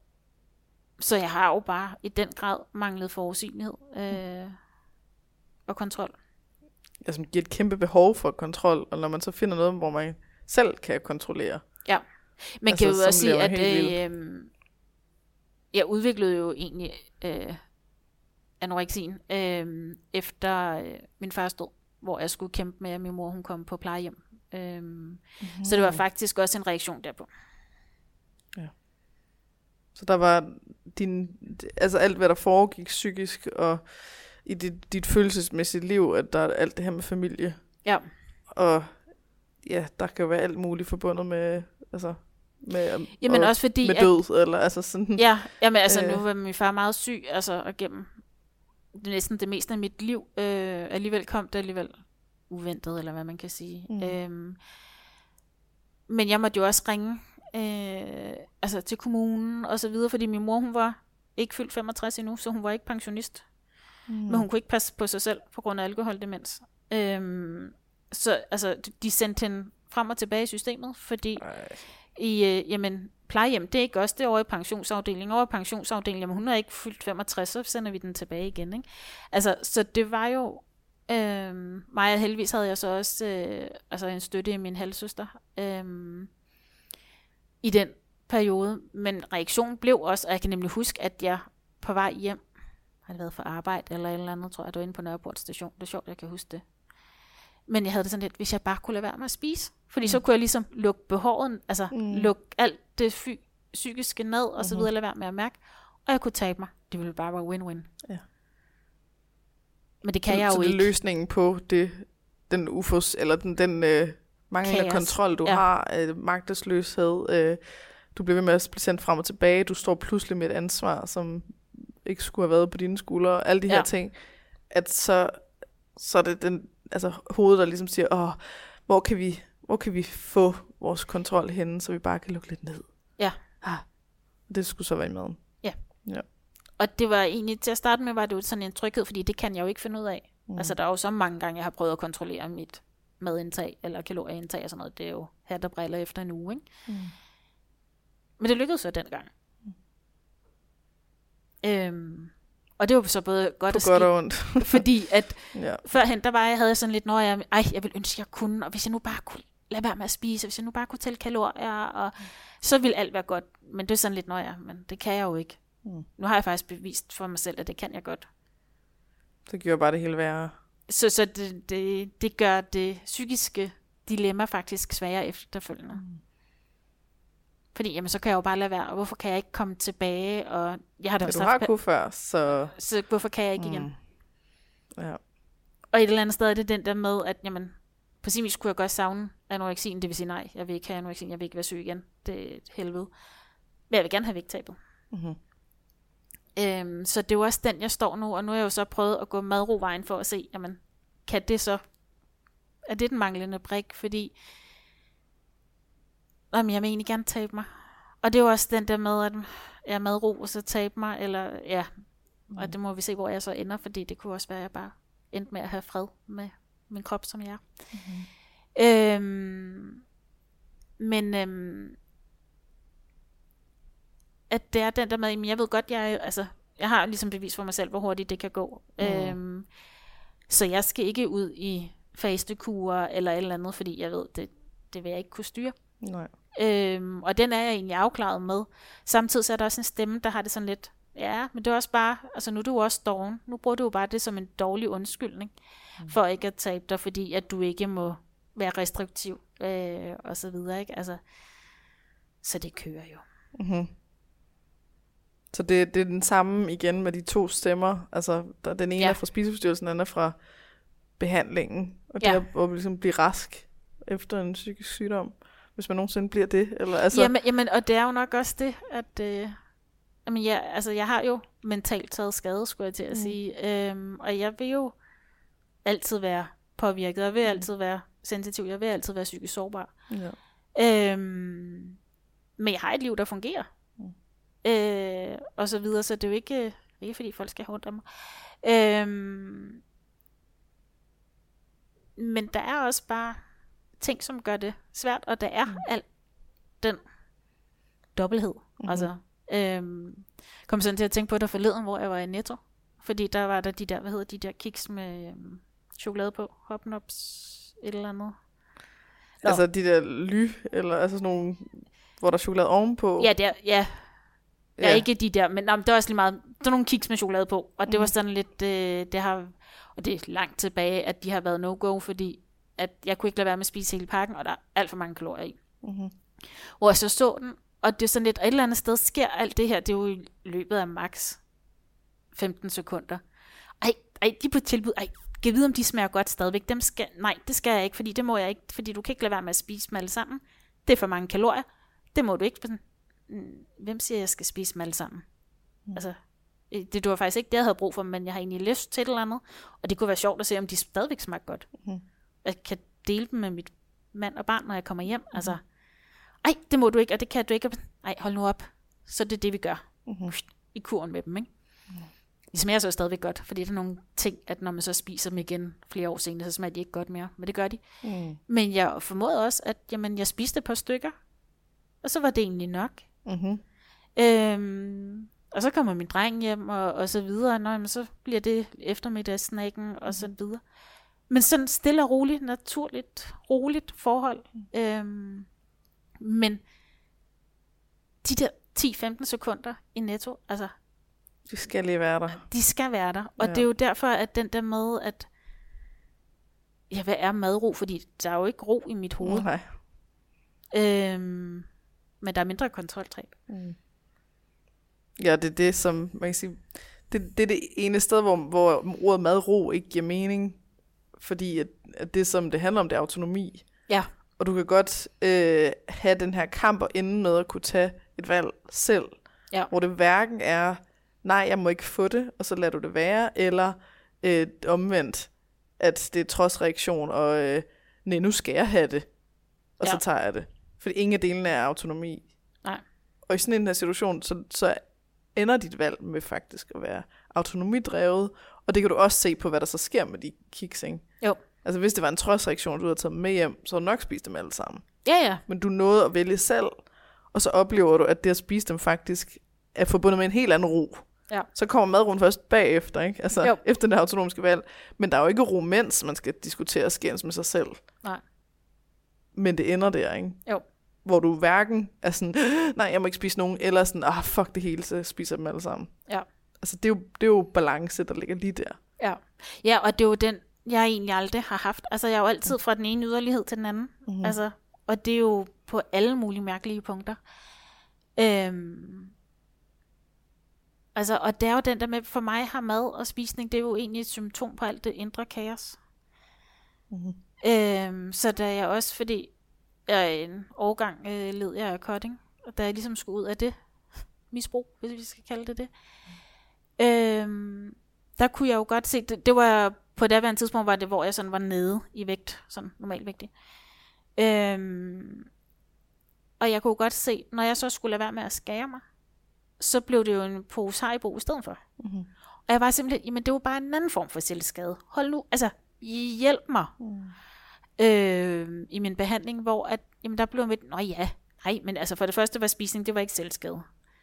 så jeg har jo bare i den grad manglet forudsigelighed øh, og kontrol. Jeg som giver et kæmpe behov for kontrol, og når man så finder noget, hvor man selv kan kontrollere. Ja, man altså, kan jo også sige, at øh, jeg udviklede jo egentlig øh, anoreksien øh, efter øh, min fars død, hvor jeg skulle kæmpe med, at min mor hun kom på plejehjem. Øh, mm-hmm. Så det var faktisk også en reaktion derpå. Ja. Så der var din, altså alt, hvad der foregik psykisk og i dit, dit følelsesmæssige liv, at der er alt det her med familie. Ja. Og ja, der kan jo være alt muligt forbundet med, altså med, jamen også fordi, med død, at, eller altså sådan. Ja, jamen altså øh, nu var min far meget syg, altså og gennem det, næsten det meste af mit liv, øh, alligevel kom det alligevel uventet, eller hvad man kan sige. Mm. Øhm, men jeg måtte jo også ringe øh, altså til kommunen og så videre, fordi min mor, hun var ikke fyldt femogtres endnu, så hun var ikke pensionist. Mm. Men hun kunne ikke passe på sig selv på grund af alkoholdemens. Øhm, så altså, de sendte hende frem og tilbage i systemet, fordi Ej. i øh, jamen, plejehjem, det er ikke også det over i pensionsafdelingen. Over i pensionsafdelingen, jamen hun er ikke fyldt femogtres, så sender vi den tilbage igen. Ikke? Altså, så det var jo øh, mig, og heldigvis havde jeg så også øh, altså en støtte i min halvsøster øh, i den periode. Men reaktionen blev også, og jeg kan nemlig huske, at jeg på vej hjem, har det været for arbejde eller et eller andet, tror jeg, det var inde på Nørreport station. Det er sjovt, jeg kan huske det. Men jeg havde det sådan lidt, hvis jeg bare kunne lade være med at spise. Fordi mm. så kunne jeg ligesom lukke behovet, altså mm. lukke alt det fy- psykiske ned, og så videre, lade være med at mærke. Og jeg kunne tabe mig. Det ville bare være win-win. Ja. Men det kan så, jeg jo så ikke. Så det er løsningen på det, den ufos, eller den, den øh, manglende Kaos. kontrol, du ja. har, øh, magtesløshed. Øh, du bliver ved med at blive sendt frem og tilbage. Du står pludselig med et ansvar, som ikke skulle have været på dine skuldre. Alle de her ja. ting. At så, så er det den, altså hovedet, der ligesom siger, åh, hvor kan vi, hvor kan vi få vores kontrol henne, så vi bare kan lukke lidt ned. Ja. Ah, det skulle så være i maden. Ja. ja. Og det var egentlig, til at starte med, var det jo sådan en tryghed, fordi det kan jeg jo ikke finde ud af. Mm. Altså, der er jo så mange gange, jeg har prøvet at kontrollere mit madindtag, eller kalorieindtag og sådan noget. Det er jo her, der briller efter en uge, ikke? Mm. Men det lykkedes så dengang. Mm. Øhm, og det var så både godt På og skidt. godt og ondt. Fordi at ja. førhen, der var jeg, havde jeg sådan lidt, når jeg, ej, jeg ville ønske, jeg kunne, og hvis jeg nu bare kunne lade være med at spise, hvis jeg nu bare kunne tælle kalorier, og mm. så ville alt være godt. Men det er sådan lidt, når jeg, men det kan jeg jo ikke. Mm. Nu har jeg faktisk bevist for mig selv, at det kan jeg godt. Det gjorde bare det hele værre. Så, så det, det, det gør det psykiske dilemma faktisk sværere efterfølgende. Mm. Fordi, jamen, så kan jeg jo bare lade være, og hvorfor kan jeg ikke komme tilbage, og jeg har da ja, også du har kunnet før, så... Så hvorfor kan jeg ikke mm. igen? Ja. Og et eller andet sted er det den der med, at jamen, på sin vis kunne jeg godt savne anoreksien, det vil sige nej, jeg vil ikke have anoreksien, jeg vil ikke være syg igen, det er et helvede. Men jeg vil gerne have vægttabet. Mm-hmm. Øhm, så det er jo også den, jeg står nu, og nu har jeg jo så prøvet at gå madrovejen for at se, jamen, kan det så, er det den manglende brik, fordi jamen, jeg vil egentlig gerne tabe mig. Og det er jo også den der med, at jeg er madro, og så tabe mig, eller ja, mm. og det må vi se, hvor jeg så ender, fordi det kunne også være, at jeg bare endte med at have fred med min krop, som jeg er. Mm-hmm. Øhm, men øhm, at det er den der med, at jeg ved godt, jeg, altså, jeg har ligesom bevis for mig selv, hvor hurtigt det kan gå. Mm. Øhm, så jeg skal ikke ud i fastekurer eller et eller andet, fordi jeg ved, det, det vil jeg ikke kunne styre. Nej. Øhm, og den er jeg egentlig afklaret med. Samtidig så er der også en stemme, der har det sådan lidt, ja, men det er også bare, altså nu er du også doven. Nu bruger du jo bare det som en dårlig undskyldning, mm. for ikke at tabe dig, fordi at du ikke må være restriktiv, øh, og så videre, ikke? Altså, så det kører jo. Mm-hmm. Så det, det er den samme igen med de to stemmer, altså der, den ene ja. er fra spiseforstyrrelsen, den anden er fra behandlingen, og det ja. er at ligesom blive rask efter en psykisk sygdom, hvis man nogensinde bliver det, eller altså... Jamen, jamen og det er jo nok også det, at... Øh, jamen, ja, altså, jeg har jo mentalt taget skade, skulle jeg til at mm. sige, øhm, og jeg vil jo altid være påvirket, jeg vil altid være sensitiv, jeg vil altid være psykisk sårbar. Ja. Øhm, men jeg har et liv, der fungerer. Mm. Øh, og så videre, så det er jo ikke, ikke fordi folk skal have ondt af mig. Øhm, men der er også bare ting, som gør det svært, og der er mm. alt den dobbelthed. Mm-hmm. Altså, øhm, kom sådan til at tænke på det forleden, hvor jeg var i Netto, fordi der var der de der, hvad hedder de der kiks med øhm, chokolade på, hopnops, et eller andet. Nå. Altså de der ly, eller altså sådan nogle, hvor der er chokolade ovenpå. Ja, der, ja. Ja, ikke de der, men jamen, det var også lige meget, der er nogle kiks med chokolade på, og det mm. var sådan lidt, øh, det har, og det er langt tilbage, at de har været no-go, fordi at jeg kunne ikke lade være med at spise hele pakken, og der er alt for mange kalorier i. Mm-hmm. Hvor jeg så så den, og det er sådan lidt, et eller andet sted sker alt det her, det er jo i løbet af max femten sekunder. Ej, ej, de er på tilbud, ej, kan vide, om de smager godt stadigvæk. Dem skal, nej, det skal jeg ikke, fordi det må jeg ikke, fordi du kan ikke lade være med at spise dem alle sammen. Det er for mange kalorier. Det må du ikke. Hvem siger, jeg skal spise dem alle sammen? Mm. Altså, det, det var faktisk ikke det, jeg havde brug for, men jeg har egentlig lyst til et eller andet, og det kunne være sjovt at se, om de stadigvæk smager godt. Mm. Jeg kan dele dem med mit mand og barn, når jeg kommer hjem. Mm. Altså, ej, det må du ikke, og det kan du ikke. Ej, hold nu op. Så det er det, vi gør. Mm. I kuren med dem, ikke? Mm. De smager så stadigvæk godt, fordi der er nogle ting, at når man så spiser dem igen flere år senere, så smager de ikke godt mere, men det gør de. Mm. Men jeg formodede også, at jamen, jeg spiste et par stykker, og så var det egentlig nok. Mm-hmm. Øhm, og så kommer min dreng hjem, og, og så videre, Nå, men så bliver det eftermiddagssnacken, og mm. så videre. Men sådan stille og roligt, naturligt, roligt forhold. Mm. Øhm, men de der ti til femten sekunder i Netto, altså... De skal lige være der. De skal være der. Og ja. Det er jo derfor, at den der med, at... Ja, hvad er madro? Fordi der er jo ikke ro i mit hoved. Nej. Øhm, men der er mindre kontroltab. Mm. Ja, det er det, som man kan sige... Det, det er det ene sted, hvor, hvor ordet madro ikke giver mening. Fordi at, at det, som det handler om, det er autonomi. Ja. Og du kan godt øh, have den her kamp og ende med at kunne tage et valg selv. Ja. Hvor det hverken er... nej, jeg må ikke få det, og så lader du det være, eller øh, omvendt, at det er trodsreaktion, og øh, nej, nu skal jeg have det, og ja. Så tager jeg det. Fordi ingen af delene er autonomi. Nej. Og i sådan en her situation, så, så ender dit valg med faktisk at være autonomidrevet, og det kan du også se på, hvad der så sker med de kiks, ikke? Jo. Altså hvis det var en trodsreaktion, du havde taget med hjem, så havde du nok spist dem alle sammen. Ja, ja. Men du nåede at vælge selv, og så oplever du, at det at spise dem faktisk er forbundet med en helt anden ro. Ja. Så kommer madroen først bagefter, ikke? Altså, Jo. efter det autonomiske valg. Men der er jo ikke ro, mens man skal diskutere skændes med sig selv. Nej. Men det ender der, ikke? Jo. Hvor du hverken er sådan, nej, jeg må ikke spise nogen, eller sådan, ah, fuck det hele, så spiser dem alle sammen. Ja. Altså, det er, jo, det er jo balance, der ligger lige der. Ja. Ja, og det er jo den, jeg egentlig aldrig har haft. Altså, jeg er jo altid fra den ene yderlighed til den anden. Mm-hmm. Altså, og det er jo på alle mulige mærkelige punkter. Øhm, altså, og det er jo den der med, for mig har mad og spisning, det er jo egentlig et symptom på alt det indre kaos. Mm-hmm. Øhm, så da jeg også, fordi jeg i en årgang øh, led jeg af cutting, og da jeg ligesom skulle ud af det misbrug, hvis vi skal kalde det det, øhm, der kunne jeg jo godt se, det, det var på det daværende tidspunkt, var det, hvor jeg sådan var nede i vægt, sådan normalvægtig. Øhm, og jeg kunne godt se, når jeg så skulle lade være med at skære mig, så blev det jo en pose Haribo i stedet for. Mm-hmm. Og jeg var simpelthen, jamen det var bare en anden form for selvskade. Hold nu, altså hjælp mig Mm. øh, i min behandling, hvor at, jamen der blev jeg med, nå ja, nej, men altså for det første var spisning, det var ikke selvskade.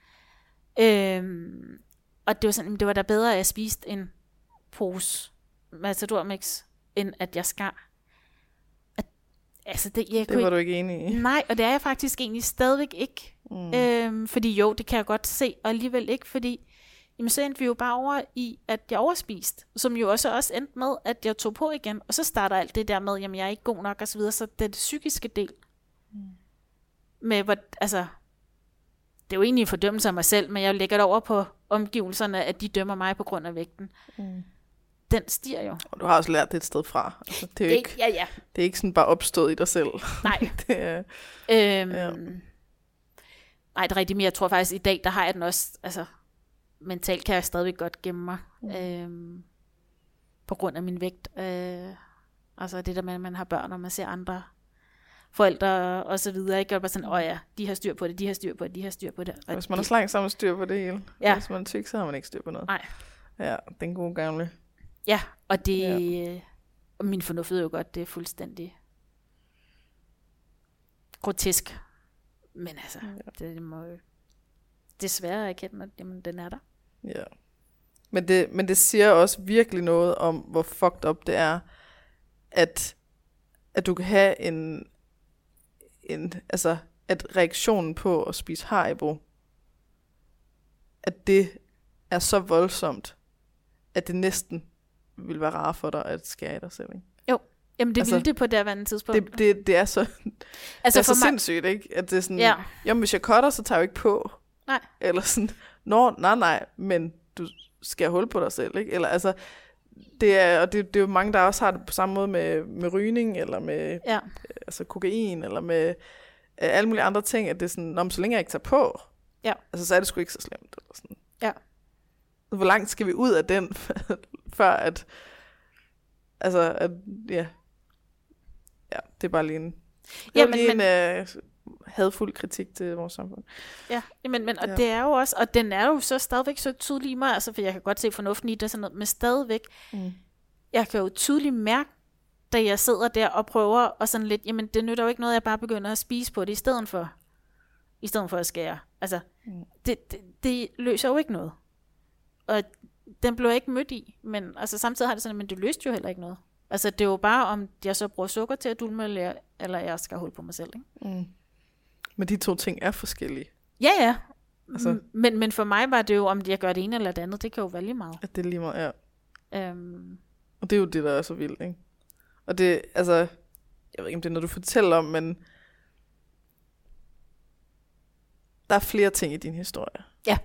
Øh, og det var sådan, det var da bedre, at jeg spiste en pose Matador Mix, end at jeg skar. At, altså det, jeg Det var du ikke enig i. Nej, og det er jeg faktisk egentlig stadigvæk ikke. Mm. Øhm, fordi jo, det kan jeg godt se, og alligevel ikke, fordi jamen, så endte vi jo bare over i, at jeg overspiste, som jo også, også endte med, at jeg tog på igen, og så starter alt det der med, jamen jeg er ikke god nok, og så videre, så det er det psykiske del. Mm. Med, hvor, altså, det er jo egentlig en fordømmelse af mig selv, men jeg lægger det over på omgivelserne, at de dømmer mig på grund af vægten. Mm. Den stiger jo. Og du har også lært det et sted fra. Altså, det er jo det, ikke, ja, ja. det er ikke sådan bare opstået i dig selv. Nej. det er, øhm, ja. Nej, det er rigtigt, men jeg tror faktisk, i dag, der har jeg den også, altså, mentalt kan jeg stadigvæk godt gemme mig, mm. øhm, på grund af min vægt. Øh, altså det der med, at man har børn, og man ser andre forældre og så videre, ikke? Og bare sådan, åh ja, de har styr på det, de har styr på det, de har styr på det. Og hvis man de... har slank, så har man styr på det hele. Ja. Hvis man er tyk, så har man ikke styr på noget. Nej. Ja, den gode gamle. Ja, og det, ja. Og min fornuft ved jo godt, det er fuldstændig grotesk. Men altså, ja. det må jo desværre erkende, at jamen, den er der. Ja. Men det, men det siger også virkelig noget om, hvor fucked up det er, at, at du kan have en, en, altså, at reaktionen på at spise Haribo, at det er så voldsomt, at det næsten vil være rart for dig at skære i dig selv, ikke? Jo, jamen det altså, ville det på derværende tidspunkt. Det, det, det er så, altså det er så mig... sindssygt, ikke? At det er sådan, ja. jamen hvis jeg cutter, så tager jeg ikke på. Nej. Eller sådan, nå, nej, nej, men du skal hul på dig selv, ikke? Eller altså, det er, og det, det er jo mange, der også har det på samme måde med, med rygning, eller med ja. altså kokain, eller med øh, alle mulige andre ting, at det er sådan, nå, så længe jeg ikke tager på, ja. altså så er det sgu ikke så slemt. Eller sådan. Ja. Hvor langt skal vi ud af den, før at, altså, at, ja, ja, det er bare lige en, det ja, er men, lige men, en øh, hadfuld kritik til vores samfund. Ja, men, men og ja. det er jo også, og den er jo så stadigvæk så tydelig i mig, altså, for jeg kan godt se fornuften i det, sådan noget, men stadigvæk, mm. jeg kan jo tydeligt mærke, da jeg sidder der og prøver, og sådan lidt, jamen det nytter jo ikke noget, jeg bare begynder at spise på det, i stedet for, i stedet for at skære. Altså, mm. det, det, det løser jo ikke noget. Og den blev jeg ikke mødt i, men altså samtidig har det sådan, men det løste jo heller ikke noget. Altså det er jo bare, om jeg så bruger sukker til at dulme, eller, eller jeg skal holde på mig selv, ikke? Mm. Men de to ting er forskellige. Ja, ja. Altså, men, men for mig var det jo, om jeg gør det ene eller det andet, det kan jo være lige meget. At det er lige meget, ja. Øhm. Og det er jo det, der er så vildt, ikke? Og det, altså, jeg ved ikke, om det er noget, du fortæller om, men der er flere ting i din historie. Ja.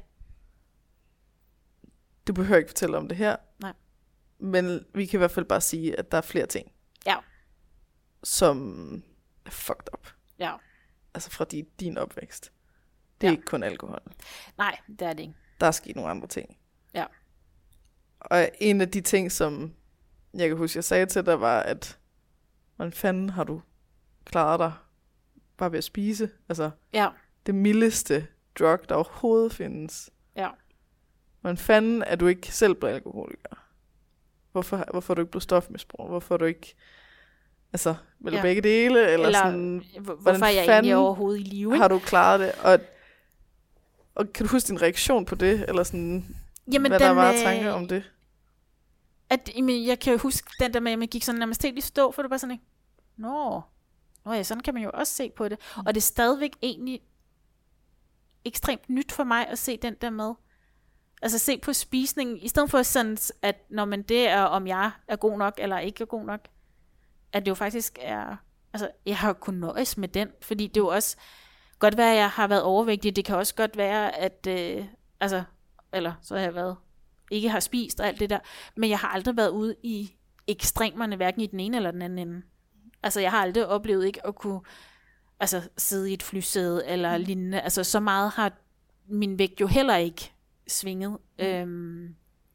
Du behøver ikke fortælle om det her. Nej. Men vi kan i hvert fald bare sige, at der er flere ting. Ja. Som er fucked up. Ja. Altså fra din, din opvækst. Det er ja. ikke kun alkohol. Nej, det er det ikke. Der er sket nogle andre ting. Ja. Og en af de ting, som jeg kan huske, jeg sagde til dig, var, at hvordan fanden har du klaret dig bare ved at spise? Altså, ja. det mildeste drug, der overhovedet findes. Ja. Hvordan fanden er du ikke selv blevet alkoholiker? Hvorfor, hvorfor er du ikke blevet stofmisbruger? Hvorfor er du ikke, altså, vel ja. begge dele? Eller, eller sådan, hvorfor er jeg egentlig overhovedet i live? Har du klaret det? Og, og kan du huske din reaktion på det? Eller sådan, Jamen, hvad den, der var øh, tanker om det? At, jamen, jeg kan jo huske den der med, at man gik sådan nærmest helt i stå, for det var sådan ikke, nå, nå ja, sådan kan man jo også se på det. Mm. Og det er stadigvæk egentlig ekstremt nyt for mig at se den der med, altså se på spisningen, i stedet for sådan, at når man det er, om jeg er god nok, eller ikke er god nok, at det jo faktisk er, altså jeg har kunnet nøjes med den, fordi det er jo også, godt være, at jeg har været overvægtig, det kan også godt være, at, øh, altså, eller så har jeg været, ikke har spist og alt det der, men jeg har aldrig været ude i ekstremerne, hverken i den ene eller den anden ende. Altså jeg har aldrig oplevet ikke at kunne, altså sidde i et flysæde eller lignende, altså så meget har min vægt jo heller ikke svinget. Mm. Øhm.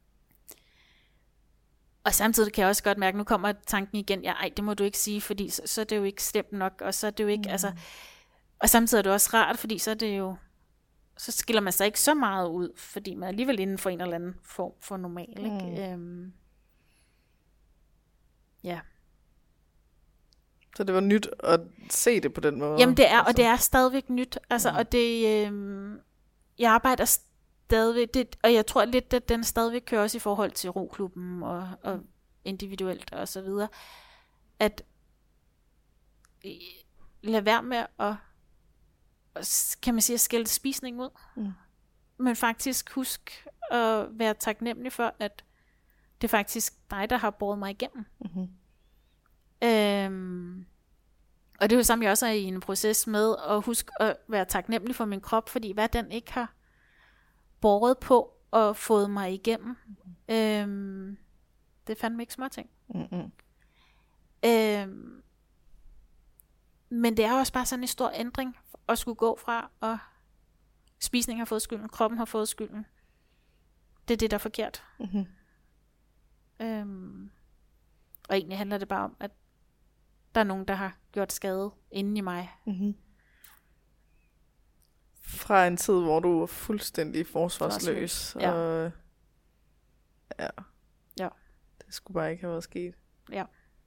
Og samtidig kan jeg også godt mærke, nu kommer tanken igen, ja, ej, det må du ikke sige, fordi så, så er det jo ikke slemt nok, og så er det jo ikke, mm. altså, og samtidig er det også rart, fordi så er det jo, så skiller man sig ikke så meget ud, fordi man er alligevel inden for en eller anden form for normal, ikke? Mm. Øhm. Ja. Så det var nyt at se det på den måde? Jamen det er, altså. Og det er stadigvæk nyt, altså, mm. og det, øhm, jeg arbejder stadigvæk, det, og jeg tror lidt, at den stadigvæk kører også i forhold til roklubben og, og individuelt og så videre, at lad være med at, kan man sige, at skælde spisningen ud, mm. men faktisk husk at være taknemmelig for, at det er faktisk dig, der har båret mig igennem. Mm-hmm. Øhm, og det er jo samme, jeg også er i en proces med at huske at være taknemmelig for min krop, fordi hvad den ikke har båret på og fået mig igennem, mm-hmm. øhm, det er fandme ikke småting. Mm-hmm. Øhm, men det er også bare sådan en stor ændring at skulle gå fra, og spisningen har fået skylden, kroppen har fået skylden. Det er det, der er forkert. Mm-hmm. Øhm, og egentlig handler det bare om, at der er nogen, der har gjort skade inde i mig. Mm-hmm. Fra en tid, hvor du var fuldstændig forsvarsløs. Ja. Og ja. Ja. Det skulle bare ikke have været sket. Ja.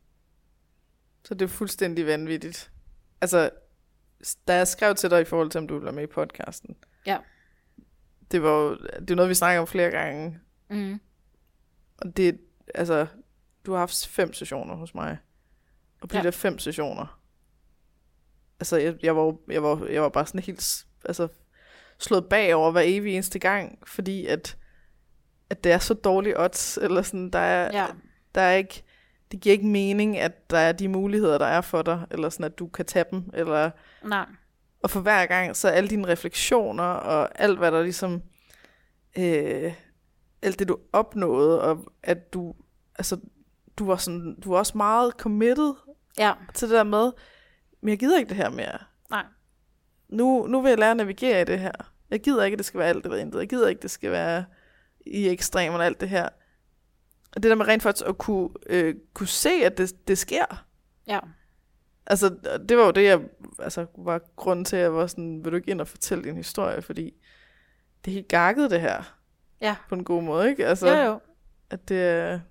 Så det er fuldstændig vanvittigt. Altså, da jeg skrev til dig i forhold til, om du ville være med i podcasten. Ja. Det var jo, det er noget, vi snakker om flere gange. Mm. Og det, altså, du har haft fem sessioner hos mig. Og på ja. de der fem sessioner, altså, jeg, jeg, var, jeg, var, jeg var bare sådan helt, altså, slået bagover hver evig eneste gang, fordi at, at det er så dårlige odds, eller sådan, der er, ja. der er ikke, det giver ikke mening, at der er de muligheder, der er for dig, eller sådan, at du kan tage dem, eller... Nej. Og for hver gang, så alle dine refleksioner, og alt, hvad der ligesom... Øh, alt det, du opnåede, og at du... Altså, du var sådan... Du var også meget committed ja. til det der med, men jeg gider ikke det her mere. Nej. Nu, nu vil jeg lære at navigere i det her. Jeg gider ikke, at det skal være alt eller intet. Jeg gider ikke, at det skal være i ekstremerne, alt det her. Og det der med rent faktisk at kunne, øh, kunne se, at det, det sker. Ja. Altså, det var jo det, jeg altså, var grunden til, at jeg var sådan, vil du ikke ind og fortælle din historie, fordi det er helt gakket, det her. Ja. På en god måde, ikke? Altså, jo, jo. At det,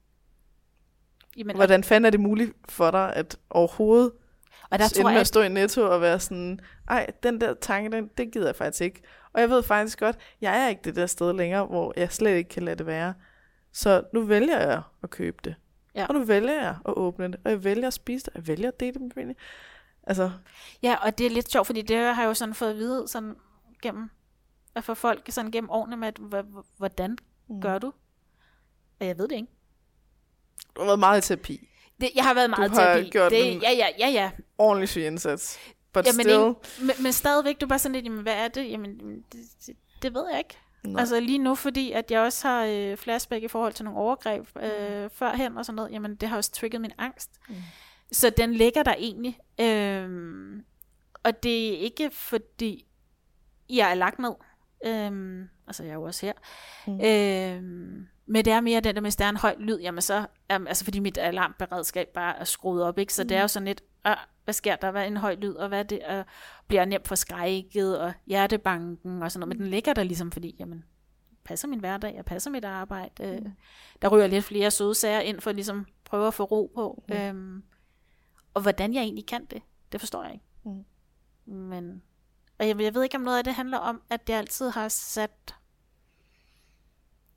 Jamen, hvordan fanden er det muligt for dig, at overhovedet og der tror jeg, at stå i Netto og være sådan, ej, den der tanke, den, det gider jeg faktisk ikke. Og jeg ved faktisk godt, jeg er ikke det der sted længere, hvor jeg slet ikke kan lade det være. Så nu vælger jeg at købe det. Ja. Og nu vælger jeg at åbne det. Og jeg vælger at spise det. Og jeg vælger at dele det med familien. Altså. Ja, og det er lidt sjovt, fordi det har jeg jo sådan fået at vide sådan gennem, at for folk sådan gennem årene med, at, hvordan mm. gør du? Og jeg ved det ikke. Du har været meget i terapi. Det, jeg har været meget du har terapi. gjort det, en ja, ja, ja, ja. ordentlig syg indsats. But jamen, still. Ikke, men, men stadigvæk, du er bare sådan lidt, jamen, hvad er det? Jamen, det, det, det ved jeg ikke. Nej. Altså lige nu, fordi at jeg også har øh, flashback i forhold til nogle overgreb øh, førhen og sådan noget, jamen det har også trigget min angst. Mm. Så den ligger der egentlig. Øhm, og det er ikke fordi, jeg er lagt ned. Øhm, altså jeg er jo også her. Mm. Øhm, men det er mere den der, hvis der er en høj lyd, jamen så, um, altså fordi mit alarmberedskab bare er skruet op, ikke? Så mm. det er jo sådan lidt, ah, hvad sker der, hvad er en høj lyd, og hvad er det, og bliver nemt forskrækket, og hjertebanken, og sådan noget, men den ligger der ligesom, fordi, jamen, passer min hverdag, jeg passer mit arbejde, øh, mm. der ryger lidt flere søde sager ind, for at ligesom prøve at få ro på, mm. øhm, og hvordan jeg egentlig kan det, det forstår jeg ikke. Mm. Men, og jeg, jeg ved ikke, om noget af det handler om, at jeg altid har sat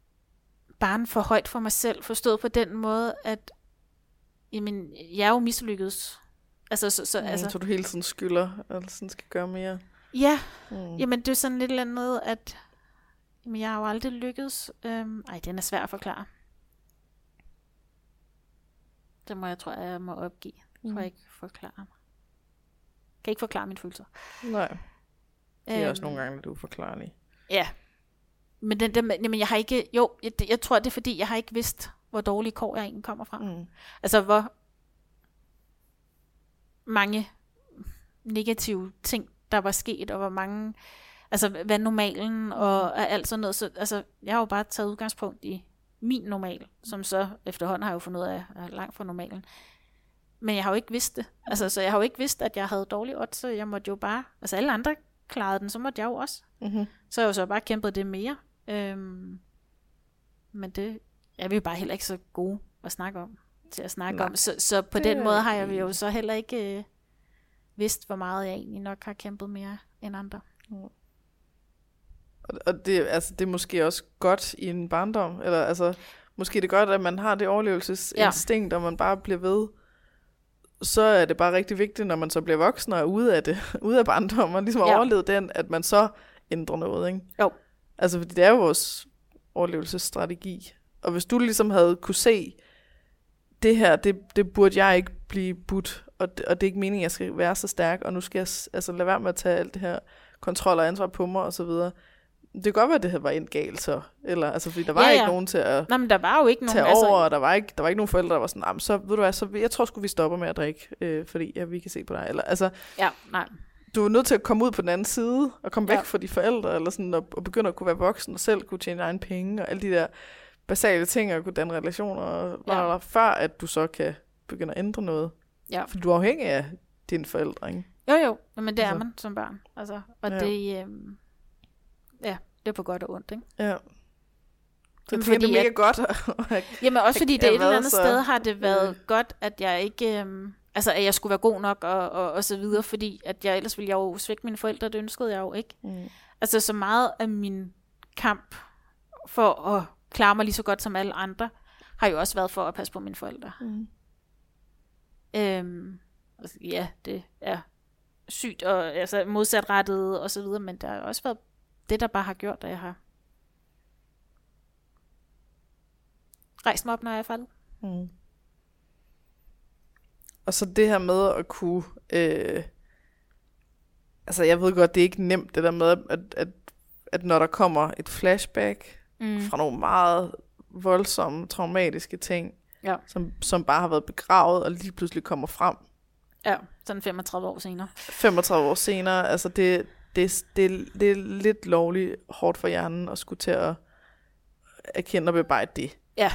barn for højt for mig selv, forstået på den måde, at jamen, jeg er jo mislykkedes. Altså, så, så, mm, altså, så du hele tiden skylder, eller sådan skal gøre mere. Ja, mm. jamen det er sådan lidt eller andet, at jamen, jeg har jo aldrig lykkedes. Øhm, ej, den er svær at forklare. Det må jeg, tror jeg, jeg må opgive. Jeg tror jeg ikke forklare mig. Kan ikke forklare mine følelser. Nej. Det er øhm, også nogle gange lidt uforklarligt. Ja. Men, den, den, jamen, jeg har ikke, jo, jeg, jeg tror, det er fordi, jeg har ikke vidst, hvor dårlige kår jeg egentlig kommer fra. Mm. Altså, hvor mange negative ting, der var sket, og hvor mange, altså, hvad normalen, og alt sådan noget. Så, altså, jeg har jo bare taget udgangspunkt i min normal, som så efterhånden har jeg jo fundet ud af, at jeg er langt fra normalen. Men jeg har jo ikke vidst det. Altså, så jeg har jo ikke vidst, at jeg havde dårlig odds, så jeg måtte jo bare, altså alle andre klarede den, så måtte jeg jo også. Mm-hmm. Så har jeg jo så bare kæmpet det mere. Øhm, men det er vi jo bare heller ikke så gode at snakke om, til at snakke Nej, om. Så, så på den måde har jeg jo så heller ikke øh, vidst, hvor meget jeg egentlig nok har kæmpet mere end andre. Mm. Og, og det, altså, det er måske også godt i en barndom, eller altså, måske det er godt, at man har det overlevelsesinstinkt, ja. Og man bare bliver ved. Så er det bare rigtig vigtigt, når man så bliver voksen og er ude af det, ude af barndommen, og ligesom har ja. overlevet den, at man så ændrer noget, ikke? Jo. Altså, fordi det er jo vores overlevelsesstrategi. Og hvis du ligesom havde kunne se, det her, det, det burde jeg ikke blive budt, og det, og det er ikke meningen, at jeg skal være så stærk, og nu skal jeg altså lade være med at tage alt det her kontrol og ansvar på mig, og så videre. Det kan godt være, at det her var endt galt så. Eller, altså, fordi der var ja, ja. ikke nogen til at Nå, men der var jo ikke nogen, tage altså over, og der var ikke, der var ikke nogen forældre, der var sådan, nah, så ved du hvad, så, jeg tror sgu, vi stopper med at drikke, øh, fordi ja, vi kan se på dig. Eller, altså, ja, nej. Du er nødt til at komme ud på den anden side, og komme væk ja. fra de forældre, eller sådan, og, og begynde at kunne være voksen, og selv kunne tjene egen penge, og alle de der basale ting, og kunne danne relationer, og ja. der, før at du så kan begynde at ændre noget. Ja. For du er afhængig af dine forældre, ikke? Jo, jo, men det er altså. man som barn. Altså, og ja. det, øh, ja, det er på godt og ondt, ikke? Ja. Så jamen, det er mega at, godt. Jamen også fordi det et eller andet så, sted har det været øh. godt, at jeg ikke, øh, altså at jeg skulle være god nok og, og, og så videre, fordi at jeg ellers ville jeg jo svække mine forældre, det ønskede jeg jo ikke. Mm. Altså så meget af min kamp for at klare mig lige så godt som alle andre, har jo også været for at passe på mine forældre. Mm. Øhm, altså, ja, det er sygt og altså modsatrettet og så videre, men der har også været det, der bare har gjort, at jeg har rejst mig op, når jeg er faldet. Mm. Og så det her med at kunne, øh, altså jeg ved godt, det er ikke nemt, det der med, at, at, at når der kommer et flashback mm. fra nogle meget voldsomme, traumatiske ting, ja. som, som bare har været begravet, og lige pludselig kommer frem. Ja, sådan femogtredive år senere. femogtredive år senere, altså det, det, det, det er lidt lovligt hårdt for hjernen at skulle til at erkende og bearbejde det. Ja.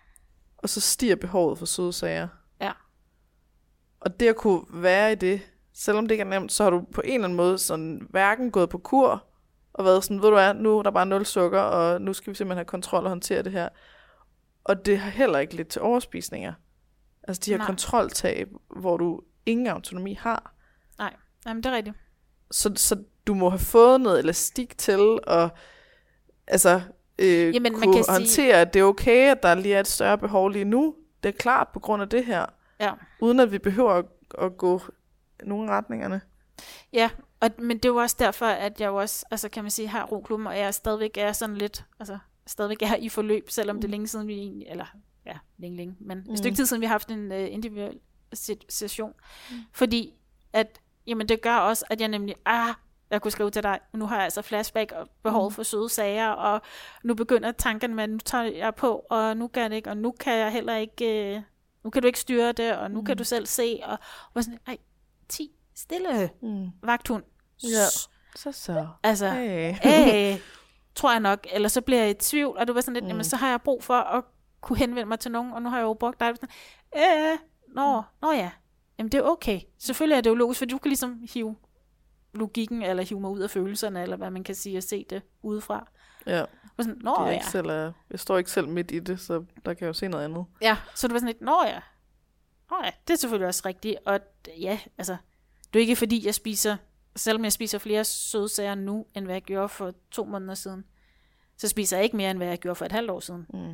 Og så stiger behovet for søde sager. Ja. Og det at kunne være i det, selvom det ikke er nemt, så har du på en eller anden måde sådan hverken gået på kur, og været sådan, ved du hvad, nu er der bare nul sukker, og nu skal vi simpelthen have kontrol og håndtere det her. Og det har heller ikke lidt til overspisninger. Altså de her Nej. kontroltab, hvor du ingen autonomi har. Nej, jamen det er rigtigt. Så, så du må have fået noget elastik til at altså, øh, Jamen, kunne man kan håndtere, sige... at det er okay, at der lige er et større behov lige nu. Det er klart på grund af det her. Ja. Uden at vi behøver at, at gå nogle retningerne. Ja, og, men det er jo også derfor, at jeg jo også, altså kan man sige, har roklubben, og jeg stadigvæk er sådan lidt, altså stadigvæk er i forløb, selvom mm. det er længe siden vi egentlig, eller ja, længe, længe, men mm. et stykke tid siden vi har haft en uh, individuel session. Mm. Fordi at, jamen det gør også, at jeg nemlig, ah, jeg kunne skrive til dig, nu har jeg altså flashback og behov for søde sager, og nu begynder tankerne med, at nu tager jeg på, og nu kan det ikke, og nu kan jeg heller ikke, uh, nu kan du ikke styre det, og nu mm. kan du selv se, og, og sådan, ej, ti, stille, mm. vagthund. Ja, så så. Altså, hey. hey, tror jeg nok, eller så bliver jeg i tvivl, og du var sådan lidt, mm. jamen så har jeg brug for at kunne henvende mig til nogen, og nu har jeg jo brugt dig, sådan, øh, nå, nå ja, jamen det er okay. Selvfølgelig er det jo logisk, for du kan ligesom hive logikken, eller hive mig ud af følelserne, eller hvad man kan sige, og se det udefra. Ja, og sådan, nå det er ja. Ikke selv, jeg står ikke selv midt i det, så der kan jeg jo se noget andet. Ja, så du var sådan lidt, nå ja, nå ja, det er selvfølgelig også rigtigt, og ja, altså, det er ikke fordi, jeg spiser, selvom jeg spiser flere søde sager nu, end hvad jeg gjorde for to måneder siden, så spiser jeg ikke mere, end hvad jeg gjorde for et halvt år siden. Mm.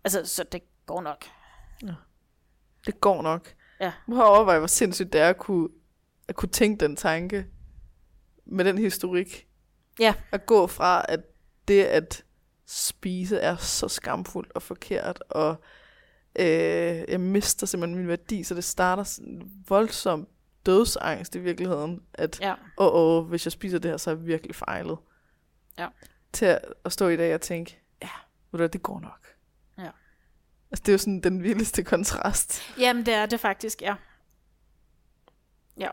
Altså, så det går nok. Ja. Det går nok. Ja. Nu har jeg overvejet, hvor sindssygt det er at kunne, at kunne tænke den tanke med den historik. Ja. At gå fra, at det at spise er så skamfuldt og forkert, og øh, jeg mister simpelthen min værdi, så det starter sådan en voldsom dødsangst i virkeligheden, at ja. åh, åh, hvis jeg spiser det her, så er jeg virkelig fejlet. Ja. Til at, at stå i dag og tænke, ja, ved du, det går nok. Ja. Altså, det er jo sådan den vildeste kontrast. Jamen, det er det faktisk, ja. Ja.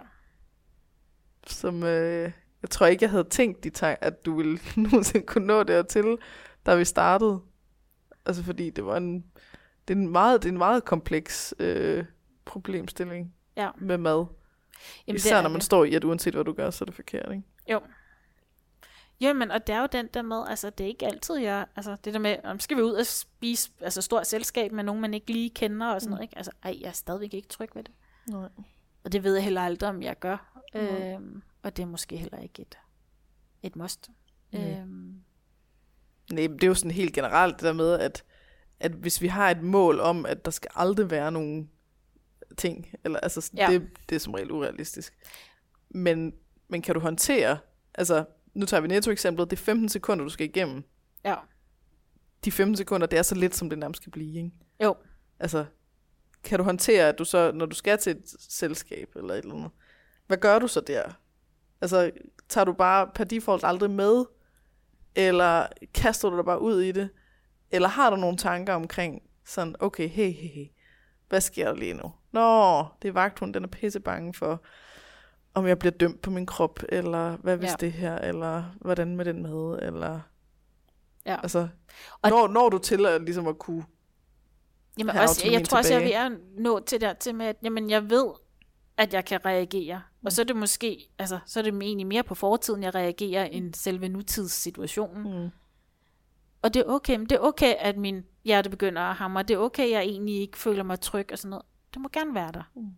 Som, øh, jeg tror ikke, jeg havde tænkt de tanker, at du ville nogensinde kunne nå dertil, da vi startede. Altså, fordi det var en, det er en meget, det er en meget kompleks øh, problemstilling ja. med mad. Jamen, især når man det. står i, at uanset hvad du gør, så er det forkert, ikke? Jo. Jamen, og det er jo den der med, altså det er ikke altid, jeg, altså det der med, om skal vi ud og spise, altså stort selskab med nogen, man ikke lige kender og sådan mm. noget, ikke? Altså, ej, jeg er stadigvæk ikke tryg ved det. Nej. Og det ved jeg heller aldrig, om jeg gør. Mm. Øhm, og det er måske heller ikke et, et must. Mm. Øhm. Nej, det er jo sådan helt generelt det der med, at, at hvis vi har et mål om, at der skal aldrig være nogen ting, eller altså, ja. det, det er som regel urealistisk. Men, men kan du håndtere, altså, nu tager vi Netto-eksemplet, det er femten sekunder, du skal igennem. Ja. De femten sekunder, det er så lidt, som det nærmest skal blive, ikke? Jo. Altså, kan du håndtere, at du så, når du skal til et selskab eller et eller andet, hvad gør du så der? Altså, tager du bare per default aldrig med, eller kaster du dig bare ud i det? Eller har du nogle tanker omkring sådan, okay, hey, hey, hey, hvad sker der lige nu? Nå, det er vagthunden, den er pisse bange for, om jeg bliver dømt på min krop, eller hvad hvis ja. det her, eller hvordan med den mad, eller... Ja. Altså, når, når du til at, ligesom at kunne... Jamen også, jeg, jeg tror også, jeg vil at nå til der til med, at jamen, jeg ved, at jeg kan reagere. Mm. Og så er det måske, altså, så er det egentlig mere på fortiden, jeg reagerer, end selve nutidssituationen. Mm. Og det er okay, men det er okay, at min hjerte begynder at hamre. Det er okay, at jeg egentlig ikke føler mig tryg og sådan noget. Det må gerne være der. Mm.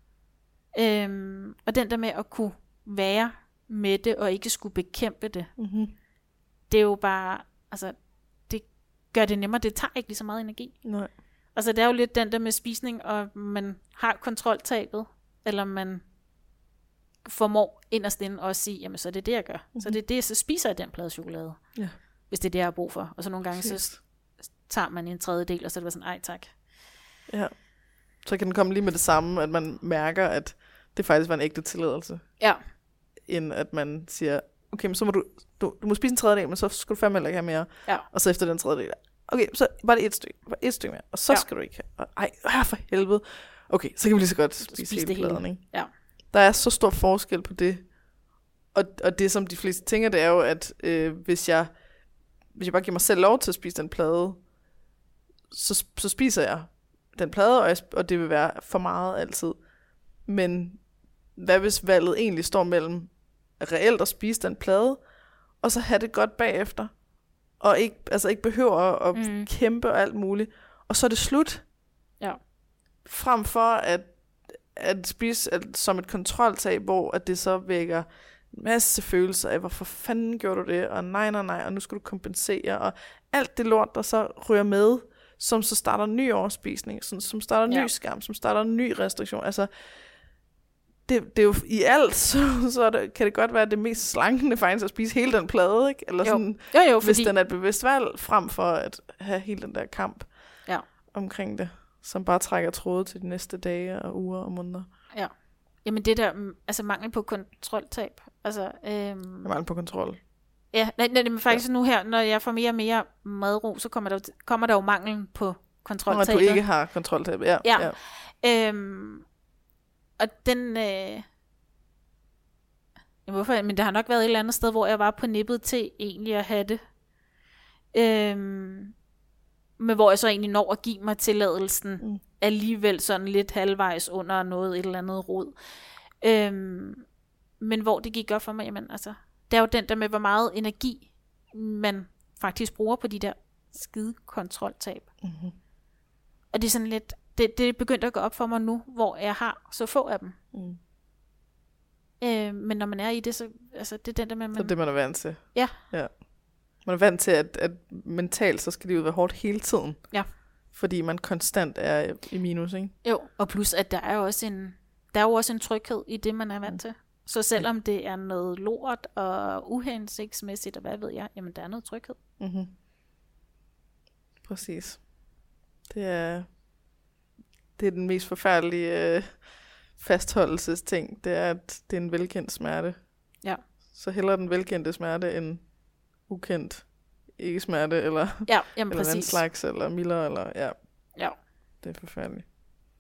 Øhm, og den der med at kunne være med det, og ikke skulle bekæmpe det, mm-hmm. det er jo bare, altså, det gør det nemmere. Det tager ikke lige så meget energi. Nej. Altså, det er jo lidt den der med spisning, og man har kontroltabet, eller man formår inderst inde at sige, jamen, så er det det, jeg gør. Mm-hmm. Så det er det, så spiser jeg den plade chokolade. Ja. Hvis det er det, jeg har brug for. Og så nogle gange, så tager man en tredjedel, og så er det bare sådan, ej tak. Ja. Så kan den komme lige med det samme, at man mærker, at det faktisk var en ægte tilladelse. Ja. End at man siger, okay, men så må du, du, du må spise en tredjedel, men så skal du fandme heller ikke have mere. Ja. Og så efter den tredjedel, okay, så var det et stykke, bare et stykke mere, og så ja. skal du ikke have. Ej, øh, for helvede. Okay, så kan vi lige så godt spise, spise hele pladen, ikke? Ja. Der er så stor forskel på det. Og, og det, som de fleste tænker, det er jo, at øh, hvis jeg hvis jeg bare giver mig selv lov til at spise den plade, så, så spiser jeg den plade, og, jeg, og det vil være for meget altid. Men hvad hvis valget egentlig står mellem reelt at spise den plade, og så have det godt bagefter, og ikke, altså ikke behøver at, at mm. kæmpe og alt muligt, og så er det slut. Ja. Frem for at, at spise at, som et kontroltab, hvor at det så vækker en masse følelser af, hvorfor fanden gjorde du det, og nej, nej, nej, og nu skal du kompensere, og alt det lort, der så ryger med, som så starter en ny overspisning, som, som starter en ja. ny skam, som starter en ny restriktion. Altså, det, det er jo i alt, så, så er det, kan det godt være det mest slankende faktisk at spise hele den plade, ikke? Eller sådan, jo. Jo, jo, hvis fordi... den er et bevidst valg, frem for at have hele den der kamp ja. omkring det, som bare trækker tråde til de næste dage og uger og måneder. Ja. Jamen det der, altså mangel på kontroltab. Altså, øhm... mangel på kontrol. Ja, nej, nej, men faktisk ja. nu her, når jeg får mere og mere madro, så kommer der, kommer der jo mangel på kontroltabet. Når du ikke har kontroltabet, ja. Ja. ja. Øhm, og den... Øh... Hvorfor? Men det har nok været et eller andet sted, hvor jeg var på nippet til egentlig at have det. Øhm... Men hvor jeg så egentlig når at give mig tilladelsen mm. alligevel sådan lidt halvvejs under noget et eller andet rod. Øhm, men hvor det gik op for mig, jamen altså, det er jo den der med, hvor meget energi man faktisk bruger på de der skide kontroltab. Mm-hmm. Og det er sådan lidt, det, det er begyndt at gå op for mig nu, hvor jeg har så få af dem. Mm. Øh, men når man er i det, så altså, det er den der med, man... Så det man er vant til. Ja. Ja. Man er vant til, at, at mentalt, så skal det jo være hårdt hele tiden. Ja. fordi man konstant er i minus, ikke? Jo, og plus at der er jo også en, der er jo også en tryghed i det, man er vant til. Så selvom det er noget lort og uhensigtsmæssigt, og hvad ved jeg, jamen der er noget tryghed. Mm-hmm. Præcis. Det er, det er den mest forfærdelige øh, fastholdelsesting. Det er, at det er en velkendt smerte. Ja. Så hellere den velkendte smerte end ukendt ikke smerte, eller, ja, jamen, eller præcis. den slags, eller mildere, eller ja. Ja. Det er forfærdeligt.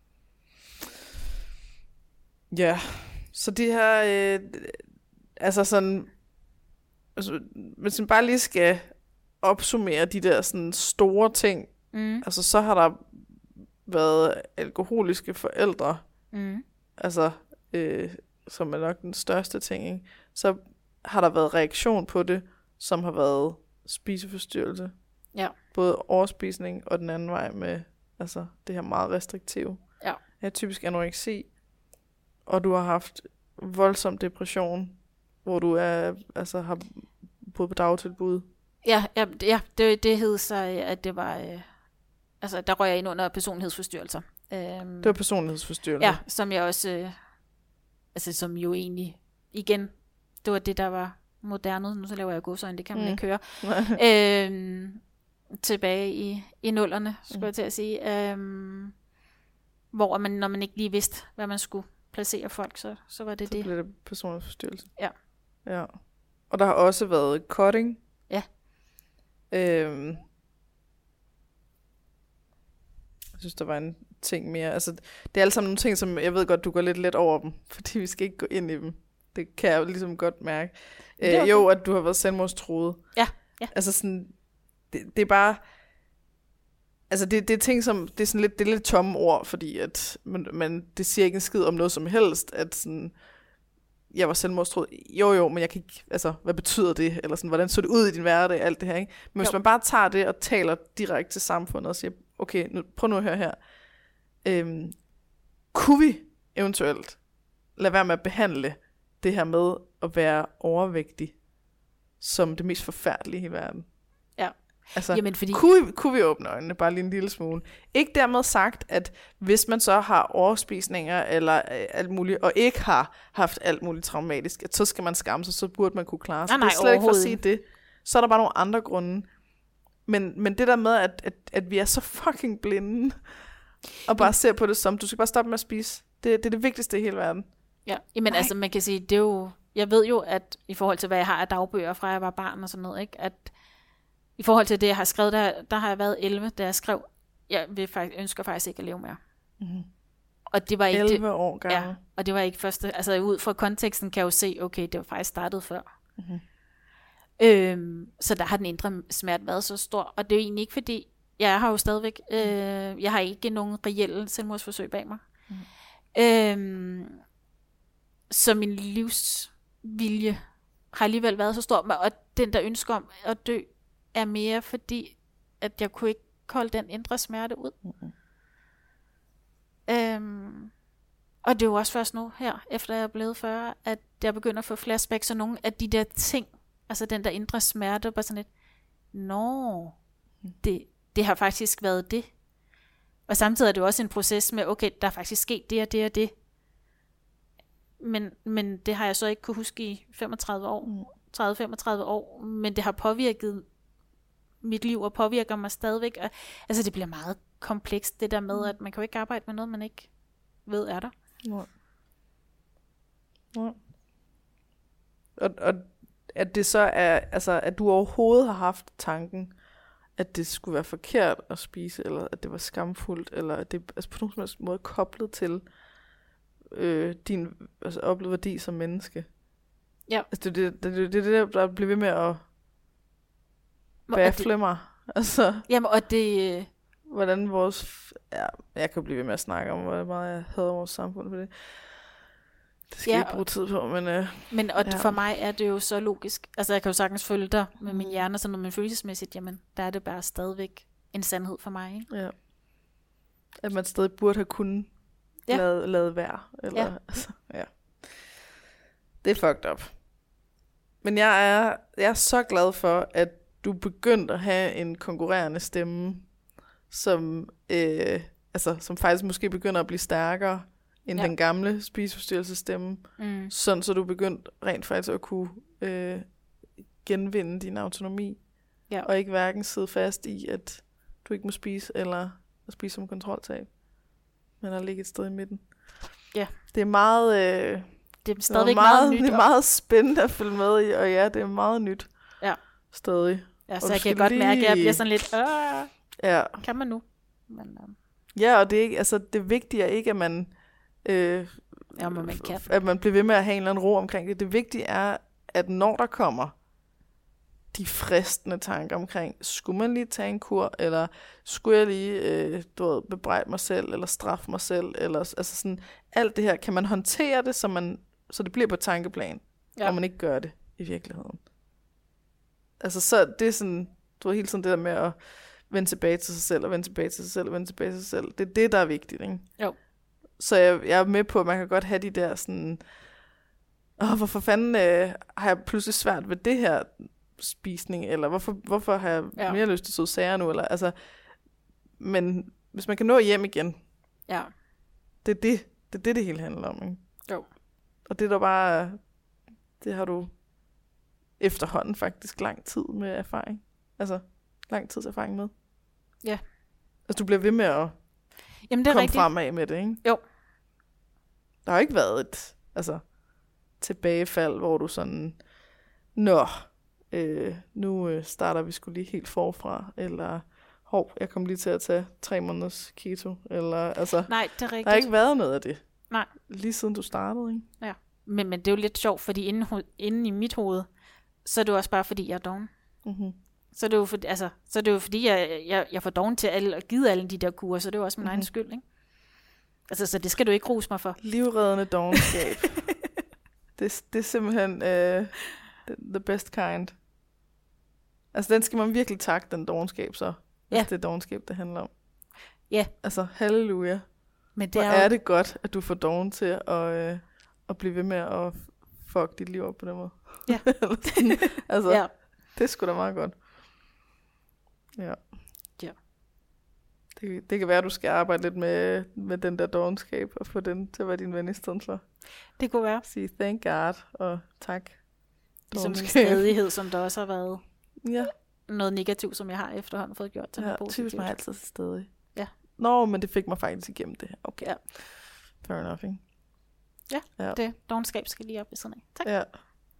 Ja, så de her, øh, altså sådan, altså, hvis man bare lige skal opsummere de der sådan store ting, mm. altså så har der været alkoholiske forældre, mm. altså, øh, som er nok den største ting, ikke? Så har der været reaktion på det, som har været spiseforstyrrelse. Ja. Både overspisning og den anden vej med altså det her meget restriktive. Ja. Ja, typisk anoreksi, og du har haft voldsom depression, hvor du er, altså har boet på dagtilbud. Ja, ja, ja det, det hed sig, at det var, øh, altså der røg jeg ind under personlighedsforstyrrelser. Øhm, det var personlighedsforstyrrelse. Ja, som jeg også, øh, altså som jo egentlig, igen, det var det, der var moderne. Nu så laver jeg godsøjne, det kan man mm. ikke høre. øhm, tilbage i, i nullerne, skulle mm. jeg til at sige. Øhm, hvor man, når man ikke lige vidste, hvad man skulle placere folk, så, så var det så det. Så blev det personlighedsforstyrrelse. Ja. Ja. Og der har også været cutting. Ja. Øhm, jeg synes, der var en ting mere. Altså, det er alle sammen nogle ting, som jeg ved godt, du går lidt let over dem, fordi vi skal ikke gå ind i dem. Det kan jeg jo ligesom godt mærke. Øh, okay. Jo, at du har været selvmordstruet. Ja, ja. Altså sådan, det, det er bare, altså det, det er ting som, det er sådan lidt, det er lidt tomme ord, fordi at, man, man, det siger ikke en skid om noget som helst, at sådan, jeg var selvmordstruet. Jo jo, men jeg kan ikke, altså, hvad betyder det? Eller sådan, hvordan så det ud i din hverdag, alt det her, ikke? Men hvis jo. man bare tager det og taler direkte til samfundet og siger, okay, nu, prøv nu at høre her. Øhm, kunne vi eventuelt lade være med at behandle det her med at være overvægtig som det mest forfærdelige i verden? Ja. Altså, Jamen, fordi... kunne, kunne vi åbne øjnene bare lige en lille smule? Ikke dermed sagt, at hvis man så har overspisninger eller øh, alt muligt, og ikke har haft alt muligt traumatisk, at så skal man skamme sig, så burde man kunne klare sig. Nej, nej, det er slet ikke for at sige det. Så er der bare nogle andre grunde. Men, men det der med, at, at, at vi er så fucking blinde, og bare ser på det som, du skal bare stoppe med at spise. Det, det er det vigtigste i hele verden. Ja, men altså man kan sige, det er jo, jeg ved jo, at i forhold til, hvad jeg har af dagbøger fra jeg var barn og sådan noget, ikke, at i forhold til det, jeg har skrevet, der, der har jeg været elleve, da jeg skrev, jeg vil faktisk, ønsker faktisk ikke at leve mere. Mm-hmm. Og det var ikke elleve år gammel. Ja, og det var ikke første, altså ud fra konteksten kan jeg jo se, okay, det var faktisk startet før. Mm-hmm. Øhm, så der har den indre smerte været så stor, og det er jo egentlig ikke fordi, jeg har jo stadigvæk, øh, jeg har ikke nogen reelle selvmordsforsøg bag mig. Mm. Øhm, så min livsvilje har alligevel været så stor, og den der ønsker om at dø, er mere fordi, at jeg kunne ikke holde den indre smerte ud. Mm. Øhm, og det er jo også først nu her, efter jeg er blevet fyrre, at jeg begynder at få flashbacks og nogle af de der ting, altså den der indre smerte, bare sådan lidt, nå, det, det har faktisk været det. Og samtidig er det jo også en proces med, okay, der er faktisk sket det og det og det. Men, men det har jeg så ikke kunne huske i femogtredive år, tredive til femogtredive år, men det har påvirket mit liv og påvirker mig stadigvæk. Og, altså det bliver meget komplekst, det der med, at man kan jo ikke arbejde med noget, man ikke ved er der. Ja. Ja. Og, og at det så er, altså at du overhovedet har haft tanken, at det skulle være forkert at spise, eller at det var skamfuldt, eller at det altså på nogen måde koblet til øh, din altså oplevede værdi som menneske. Ja. Altså det er det, det, det, det, der bliver ved med at baffle mig. Altså, jamen, og det... hvordan vores... Ja, jeg kan blive ved med at snakke om, hvor meget jeg hader vores samfund for det. Det skal ja, jeg ikke bruge tid på, men... Øh, men og ja. For mig er det jo så logisk. Altså, jeg kan jo sagtens følge dig med min hjerne, sådan noget, men følelsesmæssigt, jamen, der er det bare stadigvæk en sandhed for mig, ikke? Ja. At man stadig burde have kunnet ja. lade, lade være. Eller, ja. Altså, ja. Det er fucked up. Men jeg er, jeg er så glad for, at du begyndte at have en konkurrerende stemme, som, øh, altså, som faktisk måske begynder at blive stærkere end ja. den gamle spiseforstyrrelsesstemme, mm. sådan så du begyndt rent faktisk at kunne øh, genvinde din autonomi, ja. og ikke hverken sidde fast i, at du ikke må spise, eller at spise som kontroltab, men at ligge et sted i midten. Ja. Det er meget, øh, det er stadigvæk det er meget, meget nyt. Det er meget spændende at følge med i, og ja, det er meget nyt. Ja. Stadig. Ja, så jeg kan godt lige... mærke, at jeg bliver sådan lidt, øh, ja. kan man nu? Men, um... Ja, og det er ikke, altså det vigtige er ikke, at man, øh, ja, man kan. at man bliver ved med at have en eller anden ro omkring det. Det vigtige er, at når der kommer de fristende tanker omkring, skulle man lige tage en kur, eller skulle jeg lige, øh, du ved, bebrejde mig selv, eller straffe mig selv, eller altså sådan, alt det her, kan man håndtere det, så, man, så det bliver på tankeplan, ja. og man ikke gør det i virkeligheden. Altså så, det er sådan, du ved, hele tiden det der med at vende tilbage til sig selv, og vende tilbage til sig selv, og vende tilbage til sig selv. Det er det, der er vigtigt, ikke? Jo. Så jeg, jeg er med på, at man kan godt have de der sådan, åh, hvorfor fanden øh, har jeg pludselig svært ved det her spisning, eller hvorfor, hvorfor har jeg ja. mere lyst til søde sager nu, eller altså, men hvis man kan nå hjem igen, ja. det er det, det er det, det hele handler om, ikke? Jo. Og det er der bare, det har du efterhånden faktisk lang tid med erfaring, altså lang tids erfaring med. Ja. Altså du bliver ved med at Jamen, det er komme rigtigt. fremad med det, ikke? Jo. Der har ikke været et, altså, tilbagefald, hvor du sådan, nå, øh, nu øh, starter vi sgu lige helt forfra, eller hov, jeg kom lige til at tage tre måneders keto, eller altså, nej, det er rigtigt. Der har ikke været noget af det. Nej. Lige siden du startede, ikke? Ja, men, men det er jo lidt sjovt, fordi inde, inde i mit hoved, så er det også bare fordi, jeg er doven. Mhm. Så er det jo, for, altså, så er det jo fordi, jeg, jeg, jeg får doven til alle, at give alle de der kurer, så det er jo også min mm-hmm. egen skyld, ikke? Altså, så det skal du ikke rose mig for. Livreddende dovenskab. det, det er simpelthen uh, the best kind. Altså, den skal man virkelig takke, den dovenskab så. Hvis ja. det er dovenskab, det handler om. Ja. Altså, halleluja. Men det er, er jo... det godt, at du får doven til at, uh, at blive ved med at fuck dit liv op på den måde. Ja. altså, ja. det er sgu da meget godt. Ja. Ja. Det, det kan være, at du skal arbejde lidt med, med den der dovenskab, og få den til at være din ven i stedet for. Det kunne være. Sige thank God, og tak. Som en stedighed, som der også har været ja. noget negativt, som jeg har efterhånden fået gjort til ja, noget positivt. Ja, typisk mig altid så stedig. Ja. Nå, men det fik mig faktisk igennem det. Okay. Ja. Fair enough, ikke? Ja, ja. Det dovenskab skal lige op ved siden af. Tak. Ja.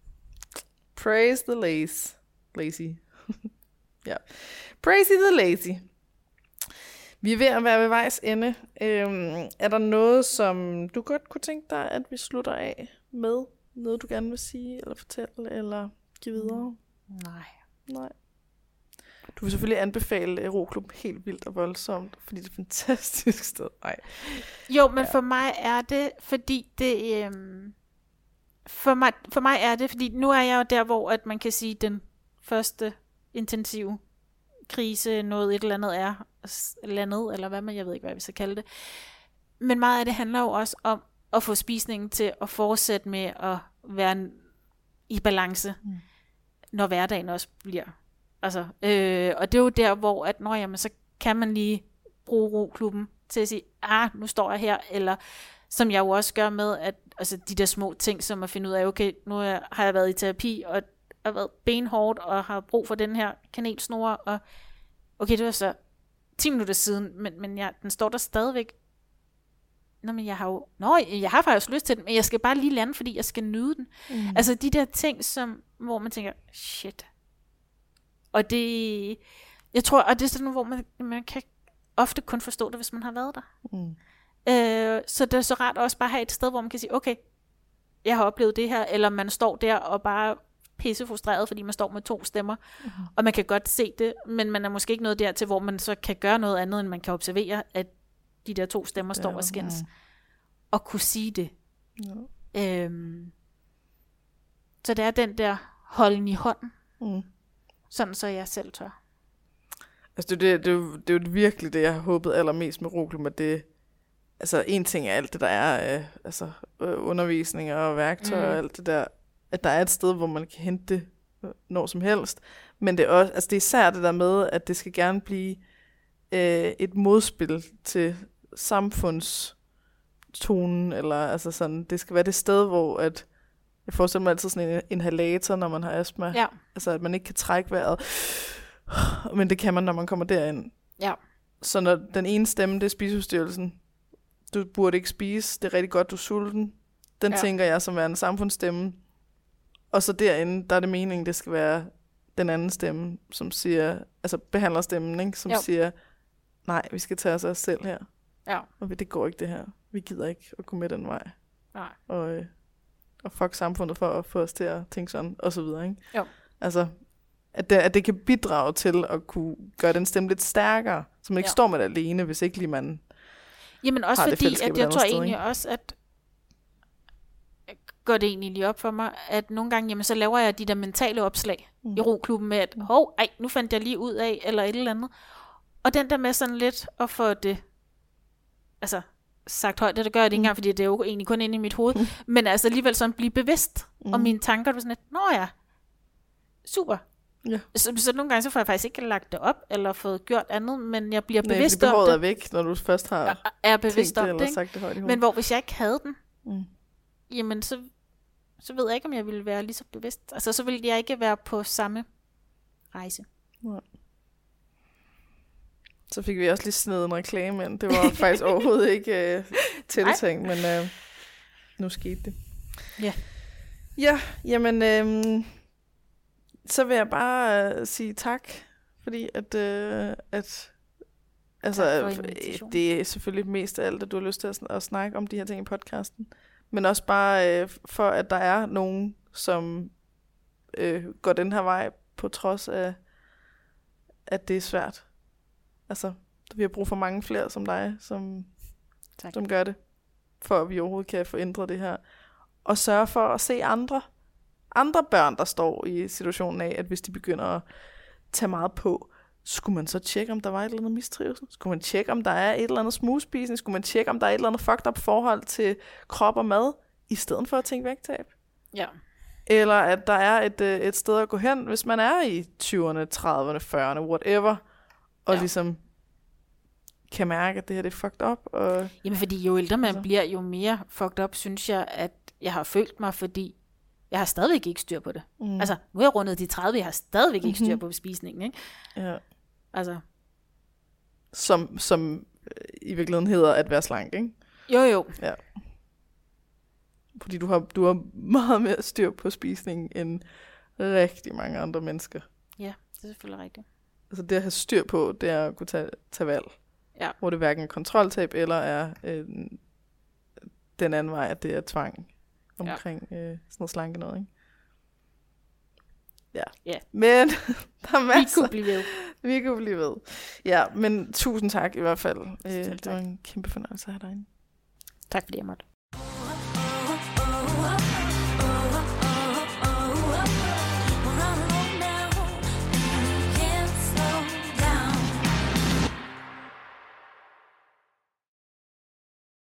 Praise the lazy. Lazy. ja. Praise the lazy. Vi er ved at være ved vejs ende. Øhm, er der noget, som du godt kunne tænke dig, at vi slutter af med? Noget, du gerne vil sige, eller fortælle, eller give videre? Nej. Nej. Du vil selvfølgelig anbefale Roklub helt vildt og voldsomt, fordi det er et fantastisk sted. Nej. Jo, men ja. for mig er det, fordi det... Øhm, for, mig, for mig er det, fordi nu er jeg jo der, hvor at man kan sige, den første intensive krise, noget et eller andet er landet, eller hvad man, jeg ved ikke, hvad vi skal kalde det. Men meget af det handler jo også om at få spisningen til at fortsætte med at være i balance, mm. når hverdagen også bliver. Altså, øh, og det er jo der, hvor at, når, jamen, så kan man lige bruge Roklubben til at sige, ah, nu står jeg her, eller som jeg jo også gør med, at altså, de der små ting, som at finde ud af, okay, nu har jeg været i terapi, og har været benhårdt, og har brug for den her kanelsnore, og okay, det var så ti minutter siden, men, men jeg, den står der stadigvæk. Nå, men jeg har jo, nå, jeg har faktisk lyst til den, men jeg skal bare lige lande, fordi jeg skal nyde den. Mm. Altså de der ting, som, hvor man tænker, shit. Og det, jeg tror, og det er sådan noget, hvor man, man kan ofte kun forstå det, hvis man har været der. Mm. Øh, så det er så rart også bare at have et sted, hvor man kan sige, okay, jeg har oplevet det her, eller man står der og bare pisse frustreret, fordi man står med to stemmer, mm-hmm. og man kan godt se det, men man er måske ikke nået dertil, hvor man så kan gøre noget andet, end man kan observere, at de der to stemmer står og skændes, ja. og kunne sige det. Ja. Øhm, så det er den der holden i hånden, mm. sådan så jeg selv tør. Altså det, det, det, er jo, det er jo virkelig det, jeg har håbet allermest med Roklub, at det, altså en ting er alt det, der er, øh, altså øh, undervisning og værktøj mm. og alt det der, at der er et sted, hvor man kan hente det når som helst. Men det er også, altså det er især det der med, at det skal gerne blive øh, et modspil til samfundstonen, eller altså sådan, det skal være det sted, hvor at, jeg forestiller mig altid sådan en inhalator, når man har astma, Ja. altså at man ikke kan trække vejret, men det kan man, når man kommer derind. Ja. Så når den ene stemme, det er spiseforstyrrelsen, du burde ikke spise, det er rigtig godt, du er sulten, den Ja. tænker jeg som er en samfundsstemme, og så derinde, der er det meningen, det skal være den anden stemme, som siger, altså behandlerstemmen, ikke? Som Jo. siger, nej, vi skal tage os af os selv her. Ja. Og vi- det går ikke det her. Vi gider ikke at gå med den vej. Nej. Og, øh, og fuck samfundet for at få os til at tænke sådan, og så videre, ikke? Jo. Altså, at det, at det kan bidrage til at kunne gøre den stemme lidt stærkere, så man ikke Ja. står med det alene, hvis ikke lige man... Jamen også har det fordi, fællesskab at et jeg andet tror sted, egentlig ikke? også, at går det egentlig lige op for mig, at nogle gange, jamen så laver jeg de der mentale opslag mm. i roklubben med, at hov, ej, nu fandt jeg lige ud af, eller et eller andet. Og den der med sådan lidt at få det, altså sagt højt, det gør jeg det ikke engang, fordi det er jo egentlig kun inde i mit hoved, mm. men altså alligevel sådan blive bevidst mm. om mine tanker, du sådan lidt, nå ja, super. Ja. Så, så nogle gange, så får jeg faktisk ikke lagt det op, eller fået gjort andet, men jeg bliver Nej, bevidst fordi om behovet det. er væk, når du først har Er, er bevidst tænkt om det, det, eller ikke? sagt det højt i hovedet. Men hvor hvis jeg ikke havde den, Mm. jamen så, så ved jeg ikke, om jeg ville være lige så bevidst. Altså, så ville jeg ikke være på samme rejse. Ja. Så fik vi også lige snedet en reklame ind. Det var faktisk overhovedet ikke uh, tiltænkt, men uh, nu skete det. Ja. Ja, jamen, øhm, så vil jeg bare uh, sige tak, fordi at, uh, at altså, Tak for øh, invitationen. det er selvfølgelig mest af alt, at du har lyst til at, sn- at snakke om de her ting i podcasten, men også bare øh, for, at der er nogen, som øh, går den her vej, på trods af, at det er svært. Altså, vi har brug for mange flere som dig, som, Tak. som gør det, for at vi overhovedet kan få ændret det her. Og sørge for at se andre, andre børn, der står i situationen af, at hvis de begynder at tage meget på, skulle man så tjekke, om der var et eller andet mistrivsel? Skulle man tjekke, om der er et eller andet smugspisning? Skulle man tjekke, om der er et eller andet fucked up forhold til krop og mad, i stedet for at tænke vægttab? Ja. Eller at der er et, øh, et sted at gå hen, hvis man er i tyverne, trediverne, fyrrerne, whatever, og Ja. ligesom kan mærke, at det her det er fucked up. Og Jamen, fordi jo ældre man Altså. bliver, jo mere fucked up, synes jeg, at jeg har følt mig, fordi jeg har stadigvæk ikke styr på det. Mm. Altså, nu er jeg rundet de tredive, jeg har stadigvæk ikke styr Mhm. på bespisningen, ikke? ja, Altså, som, som øh, i virkeligheden hedder at være slank, ikke? jo jo. Fordi du har, du har meget mere styr på spisningen end rigtig mange andre mennesker. Ja, det er selvfølgelig rigtigt. Altså det at have styr på, det er at kunne tage, tage valg. Ja. Hvor det hverken er kontroltab, eller er øh, den anden vej, at det er tvang omkring ja. øh, sådan noget slanke noget, ikke? Ja. Ja. Men der er Vi masser. kunne blive ved. Vi kunne blive ved. Ja, men tusind tak i hvert fald. Øh, Selv det var tak. en kæmpe fornøjelse at have dig inde. Tak fordi jeg måtte.